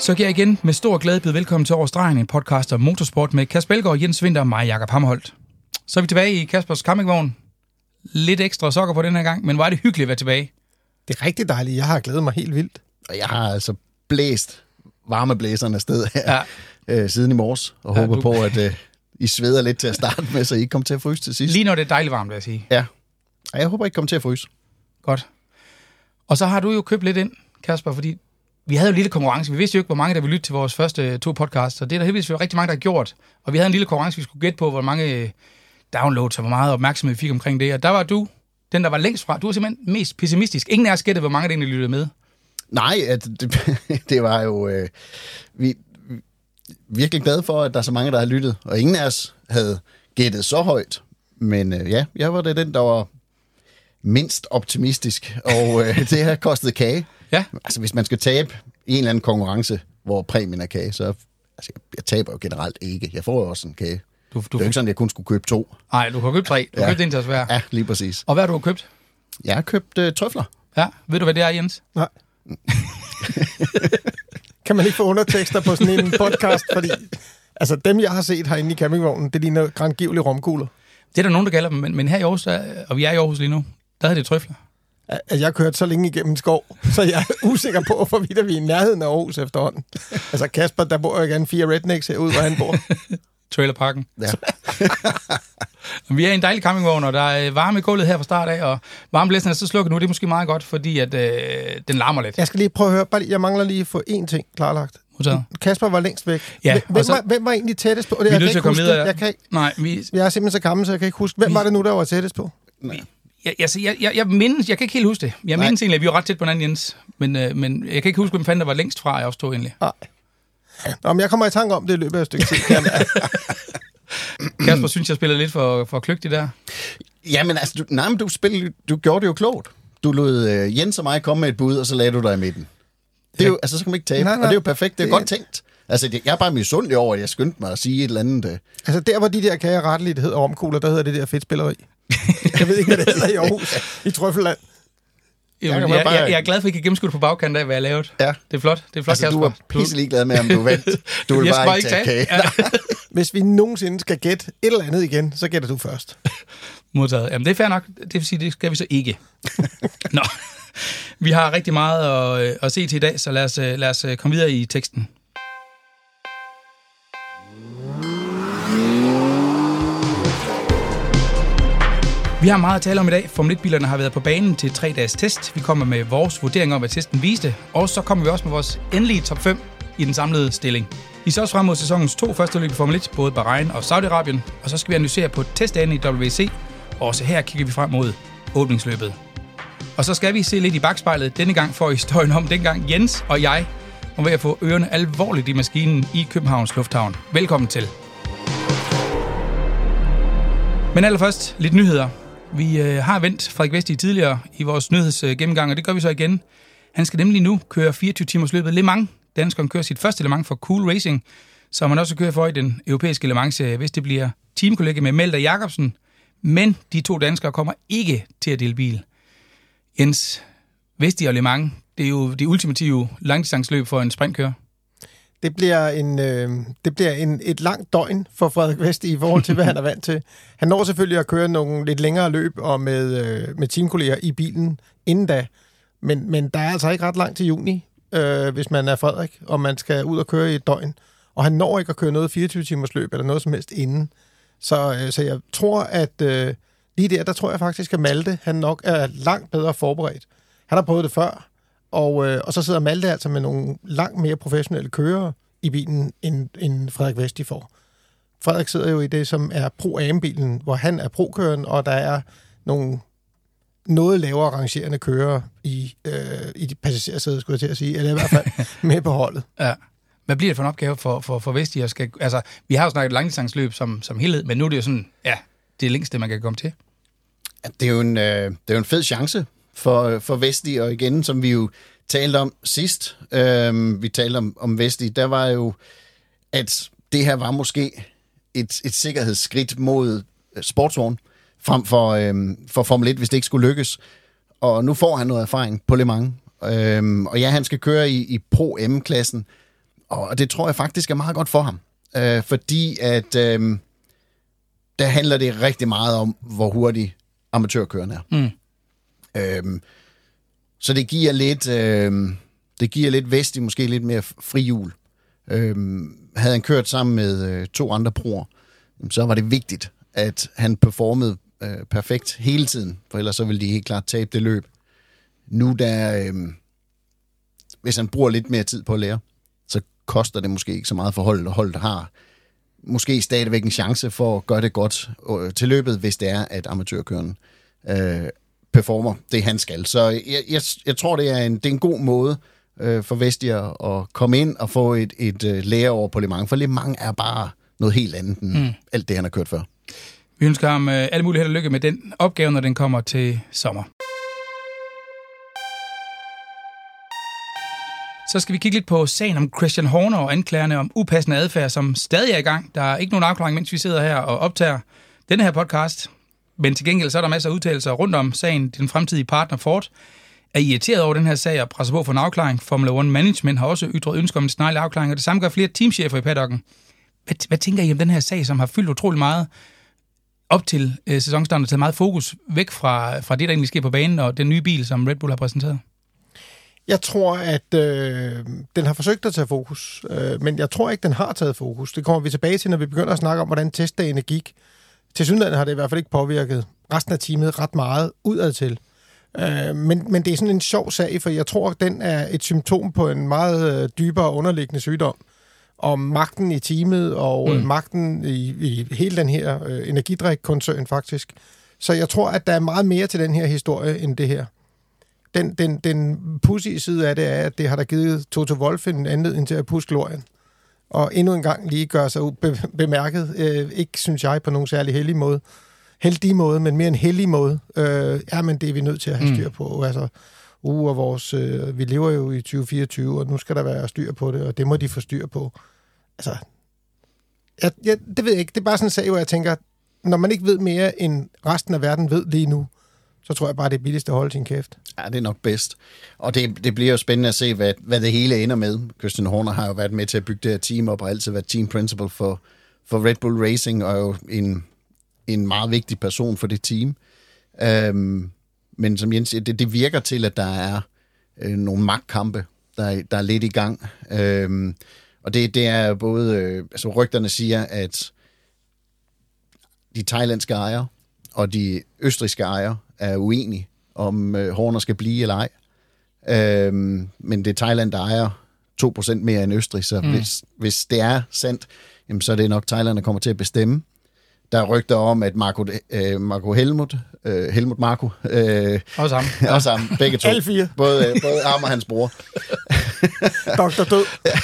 Så kan jeg igen med stor glæde byde velkommen til Over Stregen, en podcast om motorsport med Kasper Elgaard, Jens Vinter og mig, Jakob Hammerholt. Så er vi tilbage i Kaspers campingvogn. Lidt ekstra sokker på den her gang, men hvor er det hyggeligt at være tilbage. Det er rigtig dejligt. Jeg har glædet mig helt vildt. Og jeg har altså blæst varmeblæserne afsted her siden i morges, og håber på, at I sveder lidt til at starte med, så I ikke kommer til at fryse til sidst. Lige når det er dejligt varmt, vil jeg sige. Ja, og jeg håber ikke kommer til at fryse. Godt. Og så har du jo købt lidt ind, Kasper, fordi vi havde jo en lille konkurrence. Vi vidste jo ikke, hvor mange der ville lytte til vores første 2 podcasts, og det er der heldigvis rigtig mange, der har gjort. Og vi havde en lille konkurrence, vi skulle gætte på, hvor mange downloads og hvor meget opmærksomhed vi fik omkring det. Og der var du, den der var længst fra. Du var simpelthen mest pessimistisk. Ingen af os gættede, hvor mange der egentlig lyttede med. Nej, det var jo... Vi virkelig glade for, at der er så mange, der har lyttet, og ingen af os havde gættet så højt. Men jeg var den, der var mindst optimistisk, og det har kostet kage. Ja. Altså, hvis man skal tabe i en eller anden konkurrence, hvor præmien er kage, så... Altså, jeg taber jo generelt ikke. Jeg får jo også en kage. Det er jo ikke sådan, at jeg kun skulle købe 2. Nej, du har købt 3. Du har købt en til os hver. Ja, lige præcis. Og hvad har du købt? Jeg har købt trøfler. Ja, ved du, hvad det er, Jens? Nej. Kan man ikke få undertekster på sådan en podcast? Fordi altså, dem, jeg har set herinde i campingvognen, det ligner grangivlige romkugler. Det er der nogen, der kalder dem, men her i Aarhus, og vi er i Aarhus lige nu, der hedder det trøfler. At jeg har kørt så længe igennem en skov, så jeg er usikker på, hvorvidt vi er i nærheden af Aarhus efterhånden. Altså Kasper, der bor jo gerne 4 rednecks herude, hvor han bor. Trailerparken. Ja. Vi er i en dejlig campingvogn, og der er varme i gulvet her fra start af, og varmeblæserne er så slukket nu. Det er måske meget godt, fordi at, den larmer lidt. Jeg skal lige prøve at høre, jeg mangler lige at få én ting klarlagt. Modtaget. Kasper var længst væk. Ja, hvem var egentlig tættest på? Vi er nødt til at komme videre. Jeg er simpelthen så gammel, så jeg kan ikke huske. Hvem var det nu, der var tættest på? Jeg mindes, jeg kan ikke helt huske det. Jeg mindes egentlig, at vi var ret tæt på hinanden, Jens. Men jeg kan ikke huske, hvem fanden der var længst fra, jeg også tog egentlig. Nej. Nå, men jeg kommer i tanke om det i løbet af et stykke tid. Kasper synes, jeg spillede lidt for kløgtig der. Jamen altså, du gjorde det jo klogt. Du lod Jens og mig komme med et bud, og så lagde du dig i midten. Det er jo, altså, så kan man ikke tabe. Nej. Og det er jo perfekt. Det er godt tænkt. Altså, jeg er bare misundelig over, at jeg skyndte mig at sige et eller andet. Altså, der hvor de der kager retteligt hedder romkugler, der hedder det der fedtspilleri. Jeg ved ikke, hvad det hedder i Aarhus, i Trøffeland. Jeg er glad for, at I kan gennemskue på bagkanten af, hvad jeg har lavet. Ja. Det er flot. Det er flot, altså, Kasper. Du er pisselig glad med, om du vandt. Du vil bare ikke tage kage. Ja. Hvis vi nogensinde skal gætte et eller andet igen, så gætter du først. Modtaget. Jamen, det er fair nok. Det vil sige, det skal vi så ikke. Nå. Vi har rigtig meget at se til i dag, så lad os komme videre i teksten. Vi har meget at tale om i dag. Formel 1-bilerne har været på banen til 3-dages test. Vi kommer med vores vurdering om, hvad testen viste. Og så kommer vi også med vores endelige top 5 i den samlede stilling. Vi ser også frem mod sæsonens 2 første løb i Formel 1, både Bahrain og Saudi-Arabien. Og så skal vi analysere på testdagen i WEC. Og også her kigger vi frem mod åbningsløbet. Og så skal vi se lidt i bagspejlet. Denne gang får historien om dengang Jens og jeg var ved at få ørerne alvorligt i maskinen i Københavns Lufthavn. Velkommen til. Men allerførst lidt nyheder. Vi har vendt Frederik Vesti tidligere i vores nyhedsgennemgang, og det gør vi så igen. Han skal nemlig nu køre 24-timers løbet Le Mans. Danskeren kører sit første Le Mans for Cool Racing, som han også kører for i den europæiske Le Mans, hvis det bliver teamkollega med Melder Jacobsen. Men de 2 danskere kommer ikke til at dele bil. Jens, Vesti og Le Mans, det er jo det ultimative langdistanceløb for en sprintkører. Det bliver et langt døgn for Frederik Vesti i forhold til, hvad han er vant til. Han når selvfølgelig at køre nogle lidt længere løb og med teamkolleger i bilen inden da. Men der er altså ikke ret langt til juni, hvis man er Frederik, og man skal ud og køre i et døgn. Og han når ikke at køre noget 24-timers løb eller noget som helst inden. Så jeg tror, at lige der tror jeg faktisk, at Malte han nok er langt bedre forberedt. Han har prøvet det før. Og så sidder Malte altså med nogle langt mere professionelle kørere i bilen, end Frederik Vesti får. Frederik sidder jo i det, som er Pro-AM-bilen, hvor han er pro-køren, og der er nogle noget lavere rangerende kørere i de passagersæder, skulle jeg til at sige, eller i hvert fald med på holdet. Ja. Hvad bliver det for en opgave for Vesti? Altså, vi har jo snakket langdistanceløb som helhed, men nu er det jo sådan, ja, det er længste, man kan komme til. Ja, det er jo en fed chance for Vesti, og igen, som vi jo talte om sidst, vi talte om Vesti, der var jo, at det her var måske et sikkerhedsskridt mod sportsvogn, frem for Formel 1, hvis det ikke skulle lykkes. Og nu får han noget erfaring på Le Mans. Og ja, han skal køre i Pro-M-klassen, Og det tror jeg faktisk er meget godt for ham. Fordi at der handler det rigtig meget om, hvor hurtig amatørkøren er. Så det giver lidt Vesti måske lidt mere frihjul. Havde han kørt sammen med 2 andre proer, så var det vigtigt, at han performede perfekt hele tiden, for ellers så ville de helt klart tabe det løb. Nu der, hvis han bruger lidt mere tid på at lære, så koster det måske ikke så meget for holdet, og holdet har måske stadigvæk en chance for at gøre det godt til løbet, hvis det er, at amatørkøren performer det, han skal. Så jeg tror, det er en god måde for Vesti at komme ind og få et læreår på Le Mans, for Le Mans er bare noget helt andet end alt det, han har kørt før. Vi ønsker ham alle mulige held og lykke med den opgave, når den kommer til sommer. Så skal vi kigge lidt på sagen om Christian Horner og anklagerne om upassende adfærd, som stadig er i gang. Der er ikke nogen afklaring, mens vi sidder her og optager denne her podcast. Men til gengæld så er der masser af udtalelser rundt om sagen. Den fremtidige partner Ford er irriteret over den her sag og presser på for en afklaring. Formula 1 Management har også ytret ønsker om en snarlig afklaring, og det samme gør flere teamchefer i paddocken. Hvad tænker I om den her sag, som har fyldt utrolig meget op til sæsonstarten og taget meget fokus væk fra det, der egentlig sker på banen, og den nye bil, som Red Bull har præsenteret? Jeg tror, at den har forsøgt at tage fokus, men jeg tror ikke, den har taget fokus. Det kommer vi tilbage til, når vi begynder at snakke om, hvordan testdagene gik. Tilsyneladende har det i hvert fald ikke påvirket resten af teamet ret meget udadtil. Men det er sådan en sjov sag, for jeg tror, at den er et symptom på en meget dybere underliggende sygdom. Om magten i teamet og magten i hele den her energidrik-koncern faktisk. Så jeg tror, at der er meget mere til den her historie end det her. Den pudsige side af det er, at det har der givet Toto Wolff en anledning til at puske glorien. Og endnu en gang lige gøre sig bemærket. Ikke, synes jeg, på nogen særlig heldig måde, men mere en heldig måde. Men det er vi nødt til at have styr på. Altså, og vores, vi lever jo i 2024, og nu skal der være styr på det, og det må de få styr på. Altså, det ved jeg ikke. Det er bare sådan en sag, hvor jeg tænker, når man ikke ved mere, end resten af verden ved lige nu, så tror jeg bare, det er billigst at holde sin kæft. Ja, det er nok bedst. Og det bliver jo spændende at se, hvad det hele ender med. Christian Horner har jo været med til at bygge det her team op, og altid været team principal for Red Bull Racing, og jo en meget vigtig person for det team. Men som Jens siger, det virker til, at der er nogle magtkampe, der er lidt i gang. Og det er både, rygterne siger, at de thailandske ejere og de østrigske ejere er uenige om Horner skal blive eller ej. Men det er Thailand, der ejer 2% mere end Østrig, så hvis det er sandt, jamen, så er det nok Thailand, der kommer til at bestemme. Der er rygter om, at Helmut Marko... også ham, begge to. Alle 4. Både ham og hans bror. Dr. Død.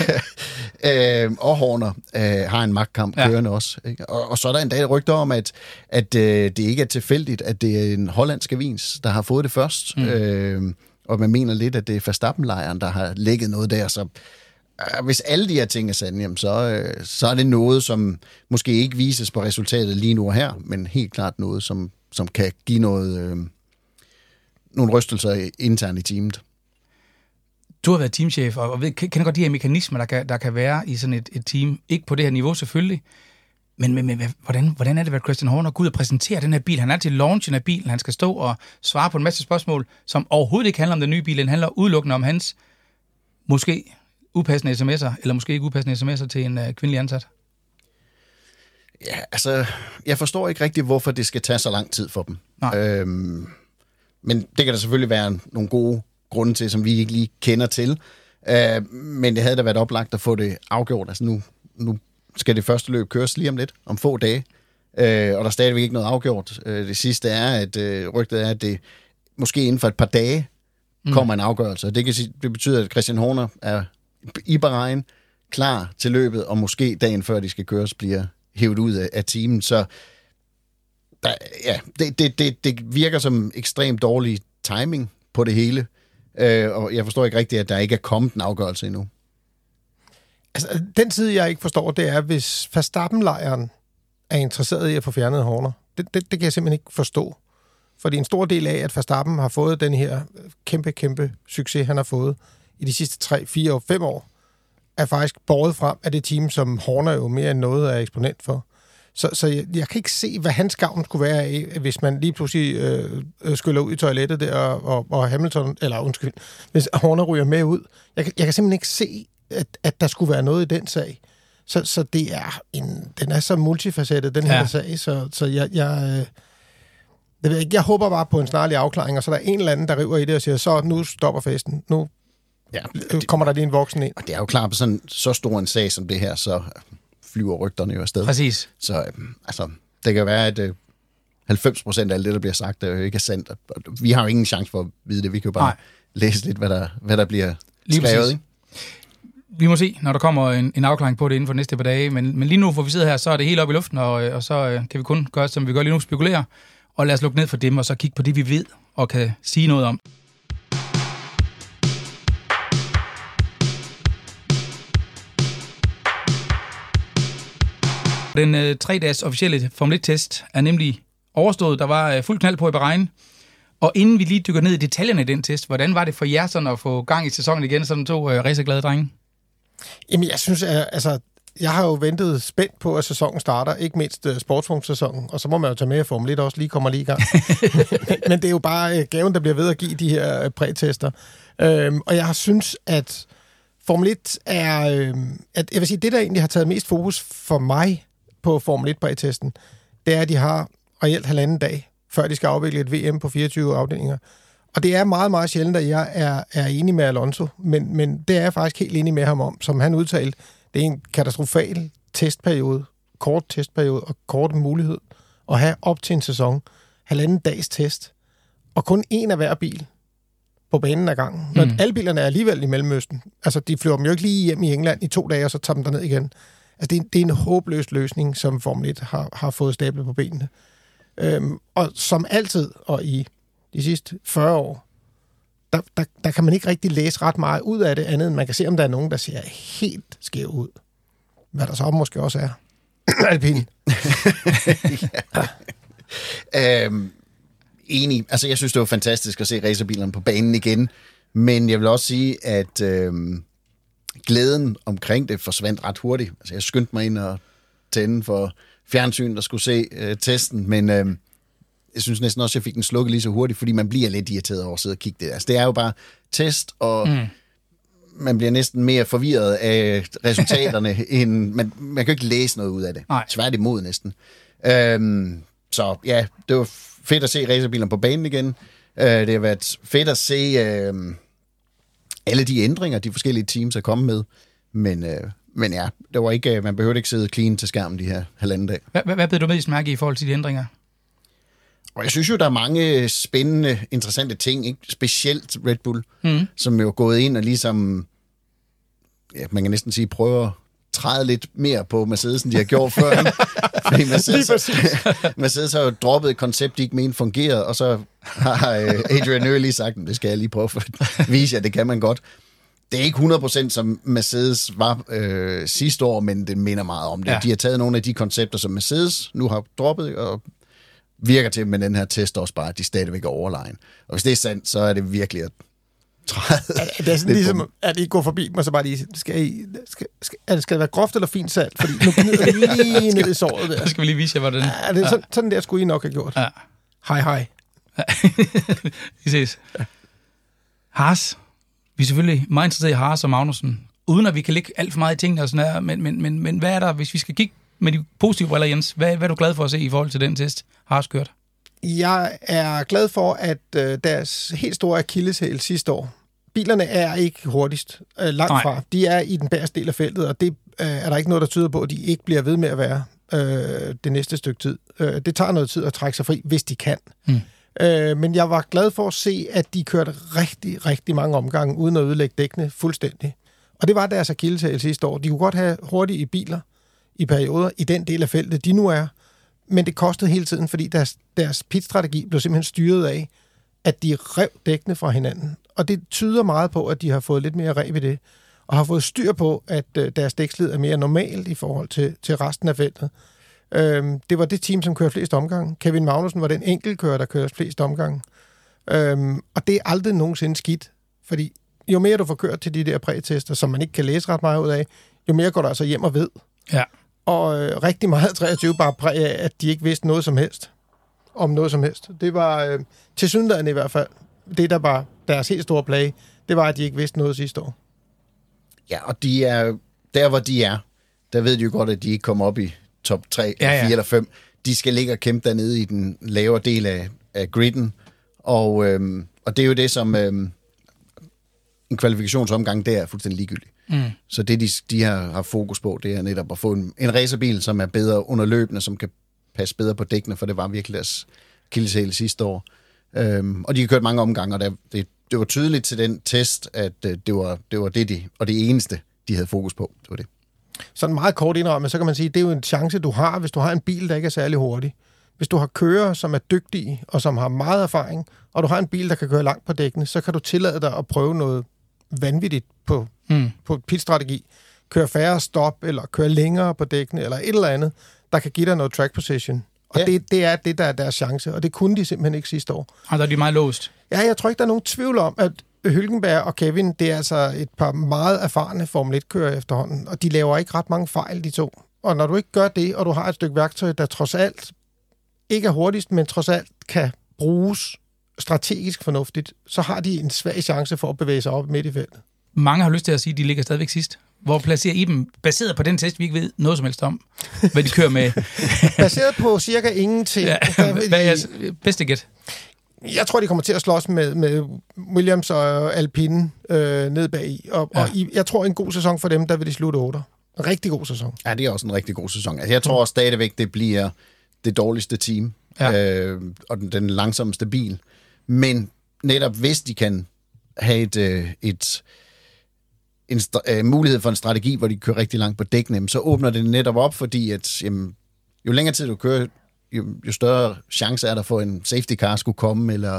Og Horner har en magtkamp kørende også. Ikke? Og så er der endda rygter om, at det ikke er tilfældigt, at det er en hollandsk avis, der har fået det først. Og man mener lidt, at det er Verstappen-lejren, der har lægget noget der, så... Hvis alle de her ting er sande, jamen, så er det noget, som måske ikke vises på resultatet lige nu og her, men helt klart noget, som kan give nogle rystelser internt i teamet. Du har været teamchef, og kender godt de her mekanismer, der kan være i sådan et team. Ikke på det her niveau selvfølgelig, men hvordan er det, at Christian Horner går ud og præsenterer den her bil? Han er til launchen af bilen, han skal stå og svare på en masse spørgsmål, som overhovedet ikke handler om den nye bil, den handler udelukkende om hans måske upassende sms'er, eller måske ikke upassende sms'er til en kvindelig ansat? Ja, altså, jeg forstår ikke rigtig, hvorfor det skal tage så lang tid for dem. Men det kan der selvfølgelig være nogle gode grunde til, som vi ikke lige kender til. Men det havde da været oplagt at få det afgjort. Altså nu skal det første løb køres lige om lidt, om få dage. Og der er stadigvæk ikke noget afgjort. Det sidste er, at rygtet er, at det måske inden for et par dage kommer en afgørelse. Det betyder, at Christian Horner er i Bahrain, klar til løbet, og måske dagen før de skal køres, bliver hævet ud af teamen. Så det virker som ekstremt dårlig timing på det hele, og jeg forstår ikke rigtigt, at der ikke er kommet en afgørelse endnu. Altså, den side, jeg ikke forstår, det er, hvis Verstappen-lejren er interesseret i at få fjernet Horner. Det kan jeg simpelthen ikke forstå. Fordi en stor del af, at Verstappen har fået den her kæmpe succes, han har fået i de sidste 3, 4 og 5 år, er faktisk båret frem af det team, som Horner jo mere end noget er eksponent for. Så jeg kan ikke se, hvad hans gavn skulle være af, hvis man lige pludselig skyller ud i toilettet der, og Hamilton, hvis Horner ryger med ud. Jeg kan simpelthen ikke se, at der skulle være noget i den sag. Så det er den er så multifacettet, den her sag, så jeg håber bare på en snarlig afklaring, og så er der en eller anden, der river i det og siger, så nu stopper festen, nu kommer der lige en voksen ind. Og det er jo klart, på sådan så stor en sag som det her, så flyver rygterne jo afsted. Præcis. Så det kan være, at 90% af alt det, der bliver sagt, er jo ikke sandt. Vi har jo ingen chance for at vide det. Vi kan jo bare læse lidt, hvad der bliver skrevet. Vi må se, når der kommer en afklaring på det inden for de næste par dage. Men lige nu, hvor vi sidder her, så er det helt oppe i luften, og så kan vi kun gøre, som vi gør lige nu, spekulere. Og lad os lukke ned for dem, og så kigge på det, vi ved og kan sige noget om. Den 3-dages officielle Formel 1-test er nemlig overstået. Der var fuld knald på i Bahrain. Og inden vi lige dykker ned i detaljerne i den test, hvordan var det for jer sådan at få gang i sæsonen igen, sådan to racerglade drenge? Jamen, jeg synes, jeg har jo ventet spændt på, at sæsonen starter, ikke mindst sportsfunksæsonen, og så må man jo tage med, at Formel 1 også lige kommer lige i gang. Men det er jo bare gaven, der bliver ved at give de her prætester. Og jeg synes, at Formel 1 er... jeg vil sige, det der egentlig har taget mest fokus for mig på Formel 1 prætesten, det er, at de har reelt 1,5 dag, før de skal afvikle et VM på 24 afdelinger. Og det er meget, meget sjældent, at jeg er enig med Alonso, men det er jeg faktisk helt enig med ham om. Som han udtalte, det er en katastrofal testperiode, kort testperiode og kort mulighed at have op til en sæson, 1,5 dags test, og kun en af hver bil på banen ad gangen. Når alle bilerne er alligevel i Mellemøsten. Altså, de flyver dem jo ikke lige hjem i England i 2 dage, og så tager dem derned igen. Altså, det er en håbløs løsning, som Formel 1 har fået stablet på benene. Og som altid, og i de sidste 40 år, der kan man ikke rigtig læse ret meget ud af det, andet end man kan se, om der er nogen, der ser helt skæv ud. Hvad der så måske også er. Alpine. Enig. Altså, jeg synes, det var fantastisk at se racerbilerne på banen igen, men jeg vil også sige, at glæden omkring det forsvandt ret hurtigt. Altså, jeg skyndte mig ind og tænde for fjernsyn, der skulle se testen, men jeg synes næsten også, at jeg fik den slukket lige så hurtigt, fordi man bliver lidt irriteret over at sidde og kigge det. Altså, det er jo bare test, og man bliver næsten mere forvirret af resultaterne, end man kan jo ikke læse noget ud af det. Tværtimod næsten. Så ja, det var fedt at se racerbilerne på banen igen. Det har været fedt at se alle de ændringer, de forskellige teams er kommet med. Men ja, det var ikke, man behøvede ikke sidde clean til skærmen de her 1,5 dag. Hvad blev du mest mærke i forhold til de ændringer? Og jeg synes jo, der er mange spændende, interessante ting, ikke? Specielt Red Bull, som jo er gået ind og ligesom, ja, man kan næsten sige, prøver at træde lidt mere på Mercedes, end de har gjort før. Fordi Mercedes har jo droppet et koncept, de ikke mente fungerede, og så har Adrian Newey lige sagt, det skal jeg lige prøve at vise jer, det kan man godt. Det er ikke 100% som Mercedes var sidste år, men det minder meget om det. Ja. De har taget nogle af de koncepter, som Mercedes nu har droppet, og virker til med den her test også bare, at de stadigvæk er overlegen. Og hvis det er sandt, så er det virkelig at træde. Det er sådan ligesom, at I går forbi mig, så bare lige, skal det være groft eller fint salt? Fordi nu gnider det lige ned i såret der. Så skal vi lige vise jer, hvordan... Ja, det er sådan der skulle I nok have gjort. Ja. Hej. Ja. Vi ses. Ja. Haas. Vi er selvfølgelig meget interesseret i Haas og Magnussen, uden at vi kan ligge alt for meget i tingene og sådan her, men hvad er der, hvis vi skal kigge med de positive briller, Jens, hvad er du glad for at se i forhold til den test, Haas kørt? Jeg er glad for, at deres helt store akilleshæl sidste år, bilerne er ikke hurtigst, langt fra. De er i den bagerste del af feltet, og det er der ikke noget, der tyder på, at de ikke bliver ved med at være det næste stykke tid. Det tager noget tid at trække sig fri, hvis de kan. Men jeg var glad for at se, at de kørte rigtig, rigtig mange omgange, uden at ødelægge dækkene fuldstændig. Og det var deres akilleshæl sidste år. De kunne godt have hurtige biler i perioder i den del af feltet, de nu er. Men det kostede hele tiden, fordi deres pitstrategi blev simpelthen styret af, at de rev dækkene fra hinanden. Og det tyder meget på, at de har fået lidt mere reb i det, og har fået styr på, at deres dækslid er mere normalt i forhold til resten af feltet. Det var det team, som kørte flest omgange. Kevin Magnussen var den enkeltkører, der kørte flest omgange. Og det er aldrig nogensinde skidt, fordi jo mere du får kørt til de der prætester, som man ikke kan læse ret meget ud af, jo mere går du altså hjem og ved. Ja. Og rigtig meget 23 bare præg af, at de ikke vidste noget som helst. Om noget som helst. Det var tilsyneladende i hvert fald, det der var deres helt store plage, det var, at de ikke vidste noget sidste år. Ja, og de er der, hvor de er. Der ved de jo godt, at de ikke kommer op i top 3, 4 eller 5. De skal ligge og kæmpe dernede i den lavere del af gridden. Og det er jo det, som en kvalifikationsomgang der er fuldstændig ligegyldigt. Så det, de har haft fokus på, det er netop at få en racerbil, som er bedre under løbende, som kan passe bedre på dækkene, for det var virkelig deres akilleshæl sidste år. Og de har kørt mange omgange, og det var tydeligt til den test, at det var det, og det eneste, de havde fokus på. Det var det. Sådan meget kort indrømme, så kan man sige, at det er jo en chance, du har, hvis du har en bil, der ikke er særlig hurtig. Hvis du har kører, som er dygtige, og som har meget erfaring, og du har en bil, der kan køre langt på dækkene, så kan du tillade dig at prøve noget vanvittigt på pitstrategi. Køre færre stop, eller køre længere på dækkene, eller et eller andet, der kan give dig noget track position. Og det er det, der er deres chance, og det kunne de simpelthen ikke sidste år. Og der er de meget låst. Ja, jeg tror ikke, der er nogen tvivl om, at Hülkenberg og Kevin, det er altså et par meget erfarne Formel 1-kører efterhånden, og de laver ikke ret mange fejl, de to. Og når du ikke gør det, og du har et stykke værktøj, der trods alt ikke er hurtigst, men trods alt kan bruges strategisk fornuftigt, så har de en svag chance for at bevæge sig op midt i feltet. Mange har lyst til at sige, at de ligger stadigvæk sidst. Hvor placerer I dem, baseret på den test, vi ikke ved noget som helst om, hvad de kører med? Baseret på cirka ingenting. Ja, hvad er jeres bedste gæt? Jeg tror, de kommer til at slås med Williams og Alpine ned bagi. Og jeg tror, en god sæson for dem, der vil de slutte 8. En rigtig god sæson. Ja, det er også en rigtig god sæson. Altså, jeg tror også stadigvæk, det bliver det dårligste team. Ja. Og den langsomste bil. Men netop hvis de kan have en mulighed for en strategi, hvor de kører rigtig langt på dækkene, så åbner det netop op, fordi at, jo længere tid du kører, jo større chance er der for en safety car skulle komme, eller,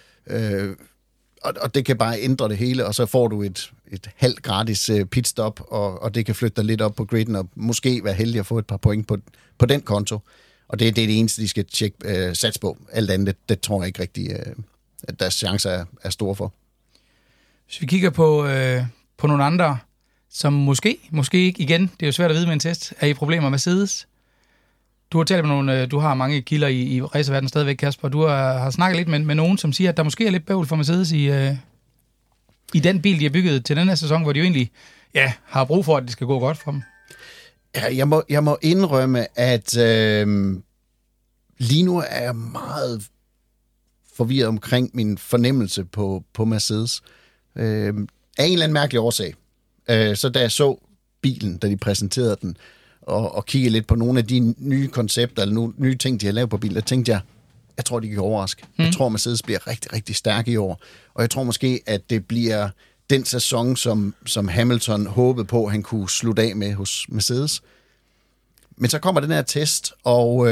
og det kan bare ændre det hele, og så får du et halvt gratis pitstop, og det kan flytte dig lidt op på gridden, og måske være heldig at få et par point på den konto. Og det er det eneste, de skal satse på. Alt andet, det tror jeg ikke rigtig, at deres chancer er store for. Hvis vi kigger på nogle andre, som måske ikke igen, det er jo svært at vide med en test, er i problemer med Mercedes. Du har talt med nogle, du har mange kilder i racerverdenen stadigvæk, Kasper. Du har snakket lidt med nogen, som siger, at der måske er lidt bøvl for Mercedes i den bil, de har bygget til den her sæson, hvor de jo egentlig har brug for, at det skal gå godt for dem. Ja, jeg må indrømme, at lige nu er jeg meget forvirret omkring min fornemmelse på Mercedes. Af en eller anden mærkelig årsag. Så da jeg så bilen, da de præsenterede den, og kiggede lidt på nogle af de nye koncepter, eller nye ting, de har lavet på bilen, der tænkte jeg tror, de kan overraske. Jeg tror, Mercedes bliver rigtig, rigtig stærk i år. Og jeg tror måske, at det bliver den sæson, som Hamilton håbede på, han kunne slutte af med hos Mercedes. Men så kommer den her test, og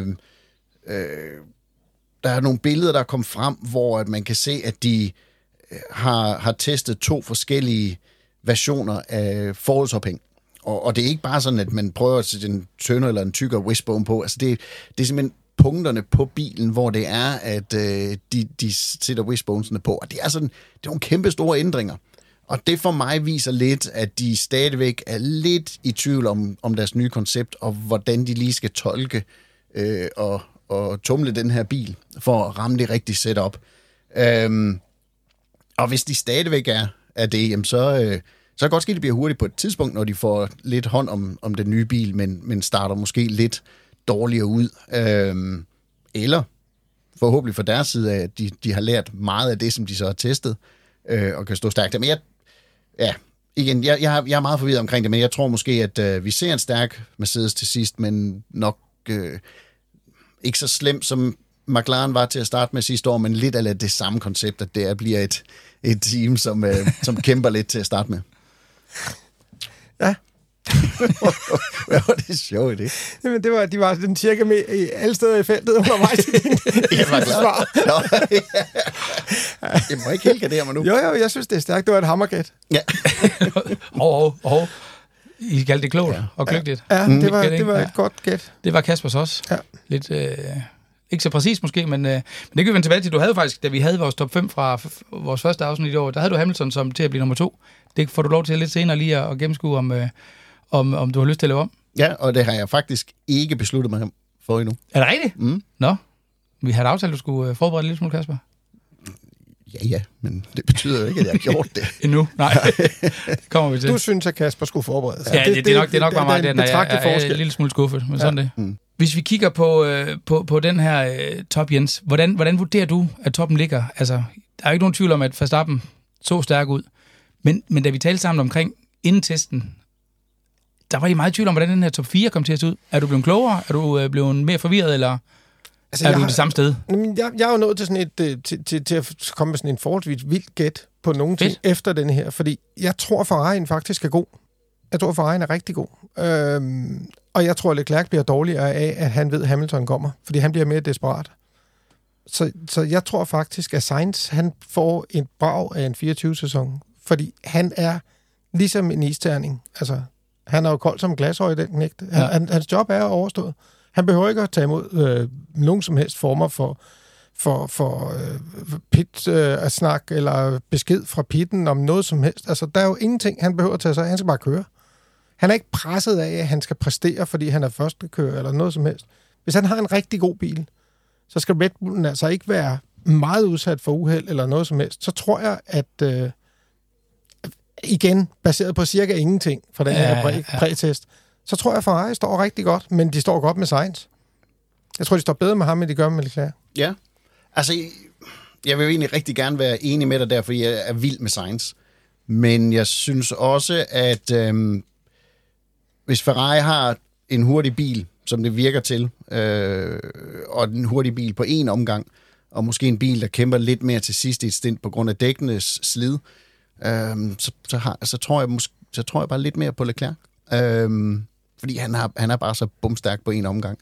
der er nogle billeder, der er kommet frem, hvor at man kan se, at de har testet 2 forskellige versioner af forholdsophæng. Og det er ikke bare sådan, at man prøver at sætte en tyndere eller en tykkere wishbone på. Altså det er simpelthen punkterne på bilen, hvor det er, at de sætter wishbonesene på. Og det er nogle kæmpe store ændringer. Og det for mig viser lidt, at de stadigvæk er lidt i tvivl om deres nye koncept, og hvordan de lige skal tolke og tumle den her bil, for at ramme det rigtige setup. Og hvis de stadigvæk er det, jamen så kan det godt ske, at det bliver hurtigt på et tidspunkt, når de får lidt hånd om den nye bil, men starter måske lidt dårligere ud. Eller forhåbentlig fra deres side af, at de har lært meget af det, som de så har testet, og kan stå stærkt. Men jeg er meget forvirret omkring det, men jeg tror måske, at vi ser en stærk Mercedes til sidst, men nok ikke så slemt, som McLaren var til at starte med sidste år, men lidt af det samme koncept, at det bliver et team, som kæmper lidt til at starte med. Ja. Hvad var det sjovt i det? Jamen, de var den cirka med i alle steder i feltet undervejs. Det var klart. Jeg må ikke helt gardere mig nu. Jo, jeg synes, det er stærkt. Det var et hammergæt. Ja. I kaldte det klogt og kløgtigt. Ja, det var et godt gæt. Det var Kaspers også. Ja. Lidt Ikke så præcis måske, men det kan vi vende tilbage til. Du havde faktisk, da vi havde vores top 5 fra vores første afsnit i år, der havde du Hamilton som til at blive nummer 2. Det får du lov til lidt senere lige at gennemskue, om du har lyst til at lave om. Ja, og det har jeg faktisk ikke besluttet mig for endnu. Er det rigtigt? Mm. Nå, vi havde aftalt, at du skulle forberede en lille smule, Kasper. Ja, men det betyder jo ikke, at jeg har gjort det. Endnu? Nej, det kommer vi til. Du synes, at Kasper skulle forberede sig. Ja, det er nok bare mig, der er en lille smule skuffet, men sådan det. Mm. Hvis vi kigger på den her top, Jens, hvordan vurderer du, at toppen ligger? Altså, der er jo ikke nogen tvivl om, at Verstappen så stærk ud. Men da vi talte sammen omkring inden testen, der var I meget i tvivl om, hvordan den her top 4 kom til at se ud. Er du blevet klogere? Er du blevet mere forvirret, eller er du det samme sted? Jeg er jo nået til sådan til at komme med sådan en forholdsvis vild gæt på nogle ting efter den her, fordi jeg tror, Ferrari'en faktisk er god. Jeg tror, Ferrari'en er rigtig god. Og jeg tror, at Leclerc bliver dårligere af, at han ved, at Hamilton kommer, fordi han bliver mere desperat. Så jeg tror faktisk, at Sainz, han får en brag af en 24-sæson, fordi han er ligesom en isterning. Altså, han er jo kold som glashøj i den knægt. Hans job er overstået. Han behøver ikke at tage imod nogen som helst former for pit-snak eller besked fra pitten om noget som helst. Altså, der er jo ingenting, han behøver at tage sig. Han skal bare køre. Han er ikke presset af, at han skal præstere, fordi han er første kører eller noget som helst. Hvis han har en rigtig god bil, så skal Red Bullen altså ikke være meget udsat for uheld eller noget som helst. Så tror jeg, at igen, baseret på cirka ingenting fra den her prætest, så tror jeg, at Ferrari står rigtig godt, men de står godt med Sainz. Jeg tror, de står bedre med ham, end de gør med Leclerc. Ja, altså, jeg vil jo egentlig rigtig gerne være enig med dig der, fordi jeg er vild med Sainz. Men jeg synes også, at hvis Ferrari har en hurtig bil, som det virker til, og en hurtig bil på en omgang, og måske en bil, der kæmper lidt mere til sidst i et stint på grund af dækkenes slid, så tror jeg bare lidt mere på Leclerc. Fordi han er bare så bumstærk på en omgang.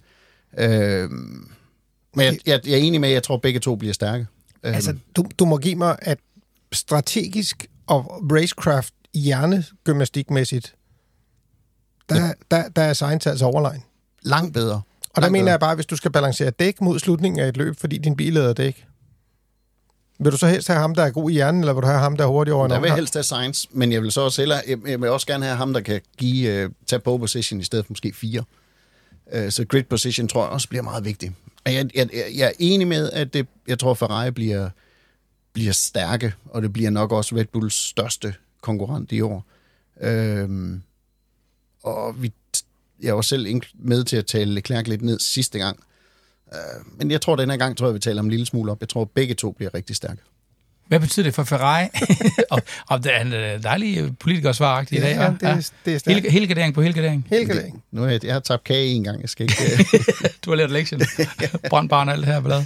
Men jeg er enig med, at jeg tror, at begge to bliver stærke. Altså, du må give mig, at strategisk og racecraft hjernegymnastikmæssigt, der er Sainz altså overlegen. Langt bedre. Og der mener jeg bare, at hvis du skal balancere dæk mod slutningen af et løb, fordi din bil er dæk, vil du så helst have ham, der er god i hjernen, eller vil du have ham, der er hurtig over en omgang? Jeg vil helst have Sainz, men jeg vil så også jeg vil også gerne have ham, der kan tage pole position i stedet for måske 4. Så grid position tror jeg også bliver meget vigtig. Jeg er enig med, at jeg tror, Ferrari bliver stærke, og det bliver nok også Red Bulls største konkurrent i år. Og jeg var selv med til at tale Leclerc lidt ned sidste gang. Men jeg tror, denne gang vi taler om en lille smule op. Jeg tror, begge to bliver rigtig stærke. Hvad betyder det for Ferrari? og det er en dejlig politikersvaragtig i dag. Ja, det er stærkt. Helgardering på helgardering. Helgardering. Nu har jeg tabt kage en gang. Jeg skal ikke... Du har lært lektion. Brandbarn og alt det her ballade.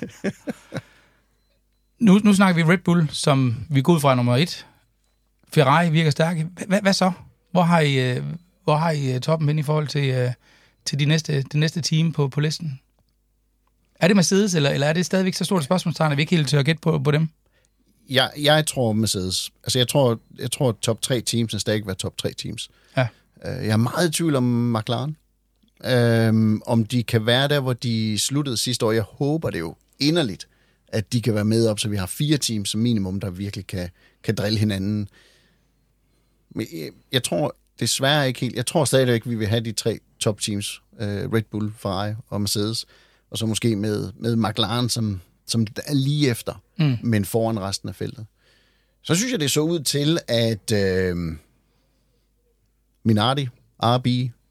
Nu snakker vi Red Bull, som vi går ud fra nummer 1. Ferrari virker stærke. Hvad så? Hvor har I toppen hen i forhold til det næste team på listen? Er det Mercedes, eller er det stadigvæk så stort et spørgsmålstegn, at vi ikke helt tør at gætte på dem? Jeg tror Mercedes. Altså, jeg tror top 3 teams skal stadig være top 3 teams. Ja. Jeg er meget i tvivl om McLaren. Om de kan være der, hvor de sluttede sidste år. Jeg håber det jo inderligt, at de kan være med op, så vi har 4 teams som minimum, der virkelig kan drille hinanden. Men jeg tror desværre ikke helt. Jeg tror stadigvæk, at vi vil have de 3 top teams. Red Bull, Ferrari og Mercedes. Og så måske med McLaren, som er lige efter, men foran resten af feltet. Så synes jeg, det så ud til, at Minardi, RB,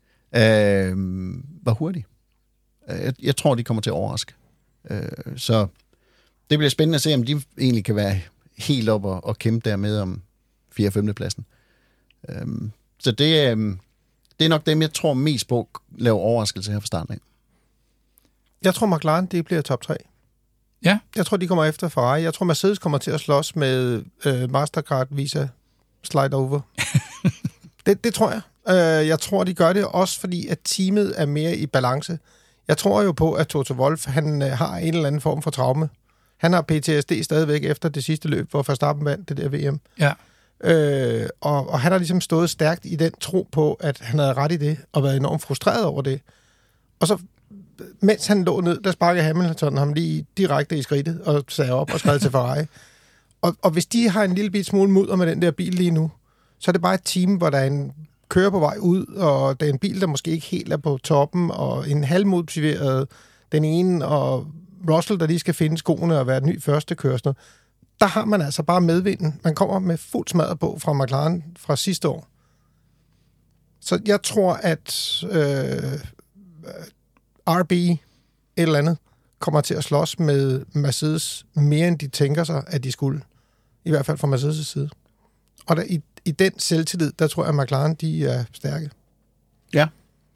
var hurtig. Jeg tror, de kommer til at overraske. Så det bliver spændende at se, om de egentlig kan være helt op og kæmpe dermed om 4. og 5. pladsen. Så det er nok dem, jeg tror mest på at lave overraskelse her fra starten af. Jeg tror, McLaren, det bliver top 3. Ja. Jeg tror, de kommer efter Ferrari. Jeg tror, Mercedes kommer til at slås med Mastercard, Visa, Slide Over. det tror jeg. Jeg tror, de gør det også, fordi at teamet er mere i balance. Jeg tror jo på, at Toto Wolff, han har en eller anden form for traume. Han har PTSD stadigvæk efter det sidste løb, hvor Verstappen vandt det der VM. Ja. Og han har ligesom stået stærkt i den tro på, at han havde ret i det, og været enormt frustreret over det. Og så mens han lå ned, der sparkede Hamilton ham lige direkte i skridtet og sagde op og skred til Ferrari. Og hvis de har en lille bit smule mudder med den der bil lige nu, så er det bare et team, hvor der er en kører på vej ud, og der er en bil, der måske ikke helt er på toppen, og en halvmotiveret den ene, og Russell, der lige skal finde skoene og være den nye første kørsel. Der har man altså bare medvinden. Man kommer med fuld smadret på fra McLaren fra sidste år. Så jeg tror, at RB et eller andet kommer til at slås med Mercedes mere, end de tænker sig, at de skulle. I hvert fald fra Mercedes' side. Og der, i den selvtillid, der tror jeg, at McLaren, de er stærke. Ja.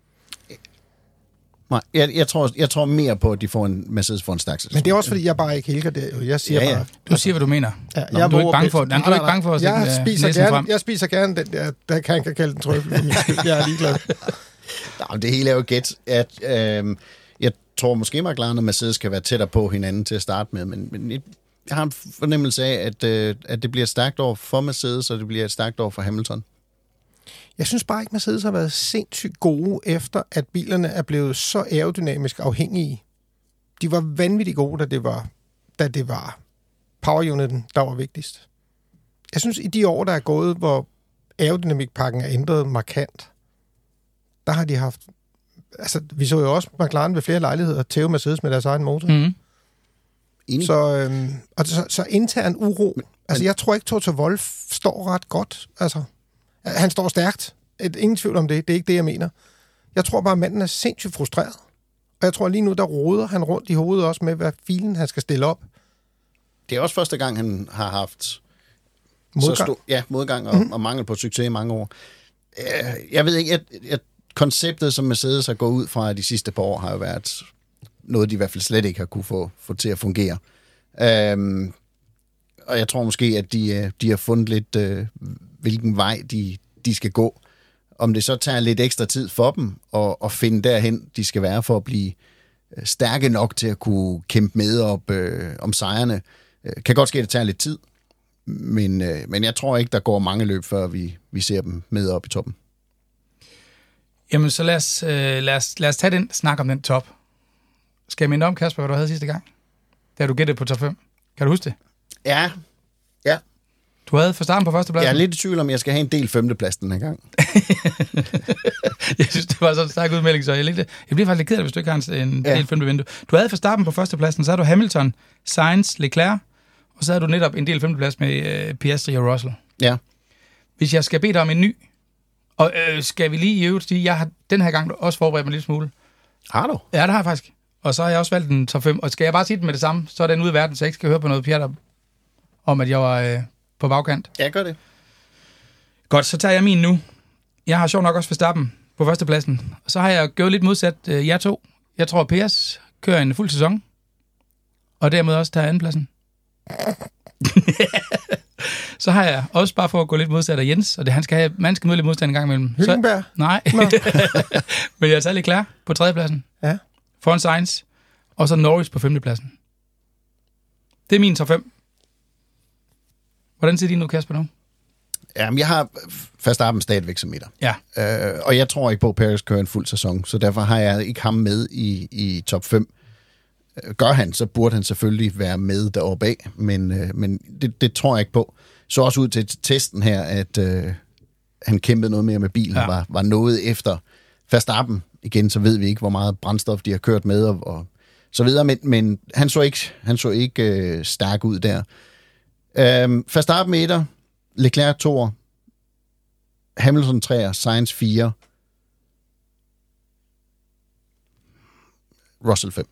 Nej, jeg tror mere på, at de får en Mercedes for en stærk sæson. Men det er også, fordi jeg bare ikke helker det. Jeg siger bare... Du siger, hvad du mener. Ja, du er ikke bange for det. Du er ikke bange for at jeg spiser gerne den der kan jeg kalde den trøffel. Jeg er ligeglad. Det hele er jo gæt, at jeg tror måske, McLaren og Mercedes kan være tættere på hinanden til at starte med, men jeg har en fornemmelse af, at det bliver et stærkt år for Mercedes, og det bliver et stærkt år for Hamilton. Jeg synes bare ikke, Mercedes har været sindssygt gode, efter at bilerne er blevet så aerodynamisk afhængige. De var vanvittigt gode, da det var power-uniten, der var vigtigst. Jeg synes, i de år, der er gået, hvor aerodynamikpakken er ændret markant, der har de haft... Altså, vi så jo også McLaren ved flere lejligheder tæve Mercedes med deres egen motor. Mm. Så intern uro. Altså, jeg tror ikke, Toto Wolff står ret godt. Altså, han står stærkt. Ingen tvivl om det. Det er ikke det, jeg mener. Jeg tror bare, at manden er sindssygt frustreret. Og jeg tror lige nu, der roder han rundt i hovedet også med, hvad filen han skal stille op. Det er også første gang, han har haft modgang, modgang og mangel på succes i mange år. Jeg ved ikke, at konceptet, som Mercedes har gået ud fra de sidste par år, har jo været noget, de i hvert fald slet ikke har kunne få til at fungere. Og jeg tror måske, at de har fundet lidt, hvilken vej de skal gå. Om det så tager lidt ekstra tid for dem at finde derhen, de skal være for at blive stærke nok til at kunne kæmpe med op om sejrene. Kan godt ske, at det tager lidt tid, men jeg tror ikke, der går mange løb, før vi ser dem med op i toppen. Jamen, så lad os tage den snak om den top. Skal jeg minde om, Kasper, hvad du havde sidste gang? Da du gættede på top 5. Kan du huske det? Ja. Du havde Verstappen på førstepladsen? Jeg er lidt i tvivl om, jeg skal have en del femteplads den her gang. Jeg synes, det var så en stærk udmelding, så jeg bliver faktisk lidt ked af, hvis du ikke har en del femtevindue. Du havde Verstappen på førstepladsen, så havde du Hamilton, Sainz, Leclerc, og så havde du netop en del femteplads med Piastri og Russell. Ja. Hvis jeg skal bede dig om en ny, og skal vi lige i øvrigt sige, jeg har den her gang også forberedt mig lidt smule. Har du? Ja, det har jeg faktisk. Og så har jeg også valgt en top 5, og skal jeg bare sige den med det samme, så er den ude i verden, så jeg ikke skal høre på noget pjat om, at jeg var på bagkant. Ja, gør det. Godt, så tager jeg min nu. Jeg har sjov nok også Verstappen på førstepladsen. Og så har jeg gjort lidt modsat jer to. Jeg tror, at Perez kører en fuld sæson, og dermed også tager andenpladsen. Så har jeg også bare for at gå lidt modsat af Jens, og man skal møde lidt modstand en gang imellem. Hylkenberg? Nej. Men jeg er særlig klar på tredjepladsen. Ja. Foran Sainz, og så Norris på femtepladsen. Det er min top 5. Hvordan ser din ud, Kasper, nu? Jamen, jeg har Verstappen stadigvæk som midter. Ja. Og jeg tror ikke på, at Perez kører en fuld sæson, så derfor har jeg ikke ham med i top 5. Gør han, så burde han selvfølgelig være med deroppe af, men det tror jeg ikke på. Så også ud til testen her, at han kæmpede noget mere med bilen, var noget efter Verstappen. Igen, så ved vi ikke, hvor meget brændstof de har kørt med, og så videre, men han så ikke stærk ud der. Verstappen 1'er, Leclerc 2'er, Hamilton 3'er, Sainz 4'er, Russell 5.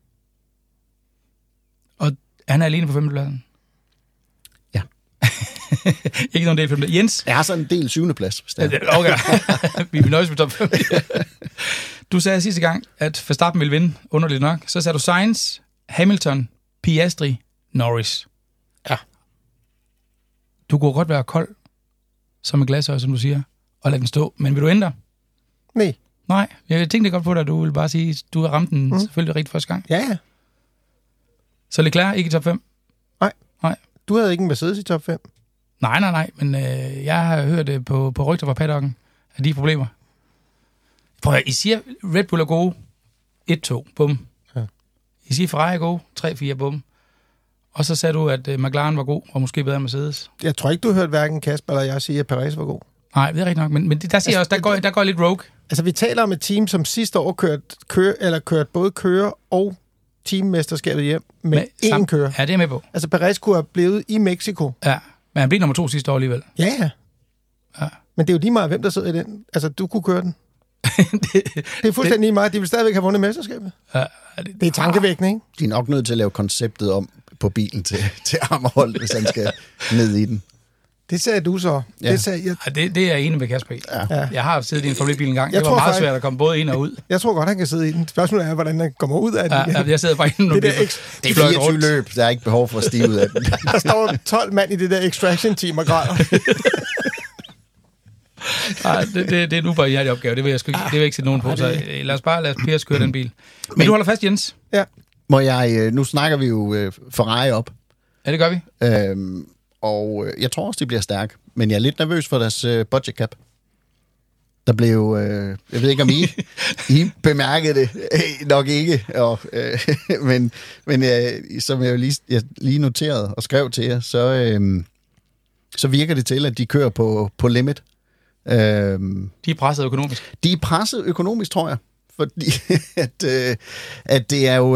Og han er alene på femtepladsen? Ja. Ikke nogen del femtepladsen. Jens? Jeg har så en del 7. plads. Okay. Vi vil nøjes med top 5. Du sagde sidste gang, at Verstappen ville vinde, underligt nok. Så sagde du Sainz, Hamilton, Piastri, Norris. Ja. Du kunne godt være kold, som et glasøje, som du siger, og lade den stå. Men vil du ændre? Nej, jeg tænkte godt på dig, du vil bare sige, at du har ramt den selvfølgelig rigtig første gang. Ja. Så Leclerc ikke i top 5? Nej. Du havde ikke en Mercedes i top 5? Nej, men jeg har hørt det på rygter fra paddocken, at de problemer. Prøv at I siger, Red Bull er gode. 1-2, bum. Ja. I siger Ferrari er god, 3-4, bum. Og så sagde du, at McLaren var god, og måske bedre end Mercedes. Jeg tror ikke, du hørte hverken Kasper eller jeg sige, at Perez var god. Nej, det er rigtigt nok, men der siger altså, også, der går lidt rogue. Altså, vi taler om et team, som sidste år kørte både kører og teammesterskabet hjem med én kører. Ja, det er med på. Altså, Perez kunne have blevet i Mexico. Ja, men han blev nummer 2 sidste år alligevel. Ja. Men det er jo lige meget, hvem der sidder i den. Altså, du kunne køre den. det er fuldstændig lige meget. De vil stadigvæk have vundet mesterskabet. Ja, det er tankevækkende, ikke? De er nok nødt til at lave konceptet om på bilen til armhold, hvis han skal ned i den. Det sagde du så. Ja. Det er jeg enig med Kasper i. Ja. Jeg har siddet i en Formel 1-bil en gang. Det var meget svært at komme både ind og ud. Jeg tror godt, han kan sidde i den. Spørgsmålet er, hvordan han kommer ud af den. Ja, jeg sidder bare inde. Det er 24 løb. Der er ikke behov for at stige ud af den. Der står 12 mand i det der extraction-team og græder. Nej, det er nu bare ihærdig opgave. Det vil jeg ikke sætte nogen på. Så lad os Pers køre den bil. Men du holder fast, Jens. Ja. Må jeg... Nu snakker vi jo Ferrari op. Ja, det gør vi. Og jeg tror også, de bliver stærke. Men jeg er lidt nervøs for deres budget cap. Der blev... jeg ved ikke, om I bemærkede det. Nok ikke. Og, men som jeg lige noterede og skrev til jer, så virker det til, at de kører på limit. De er presset økonomisk. De er presset økonomisk, tror jeg. Fordi at det er jo...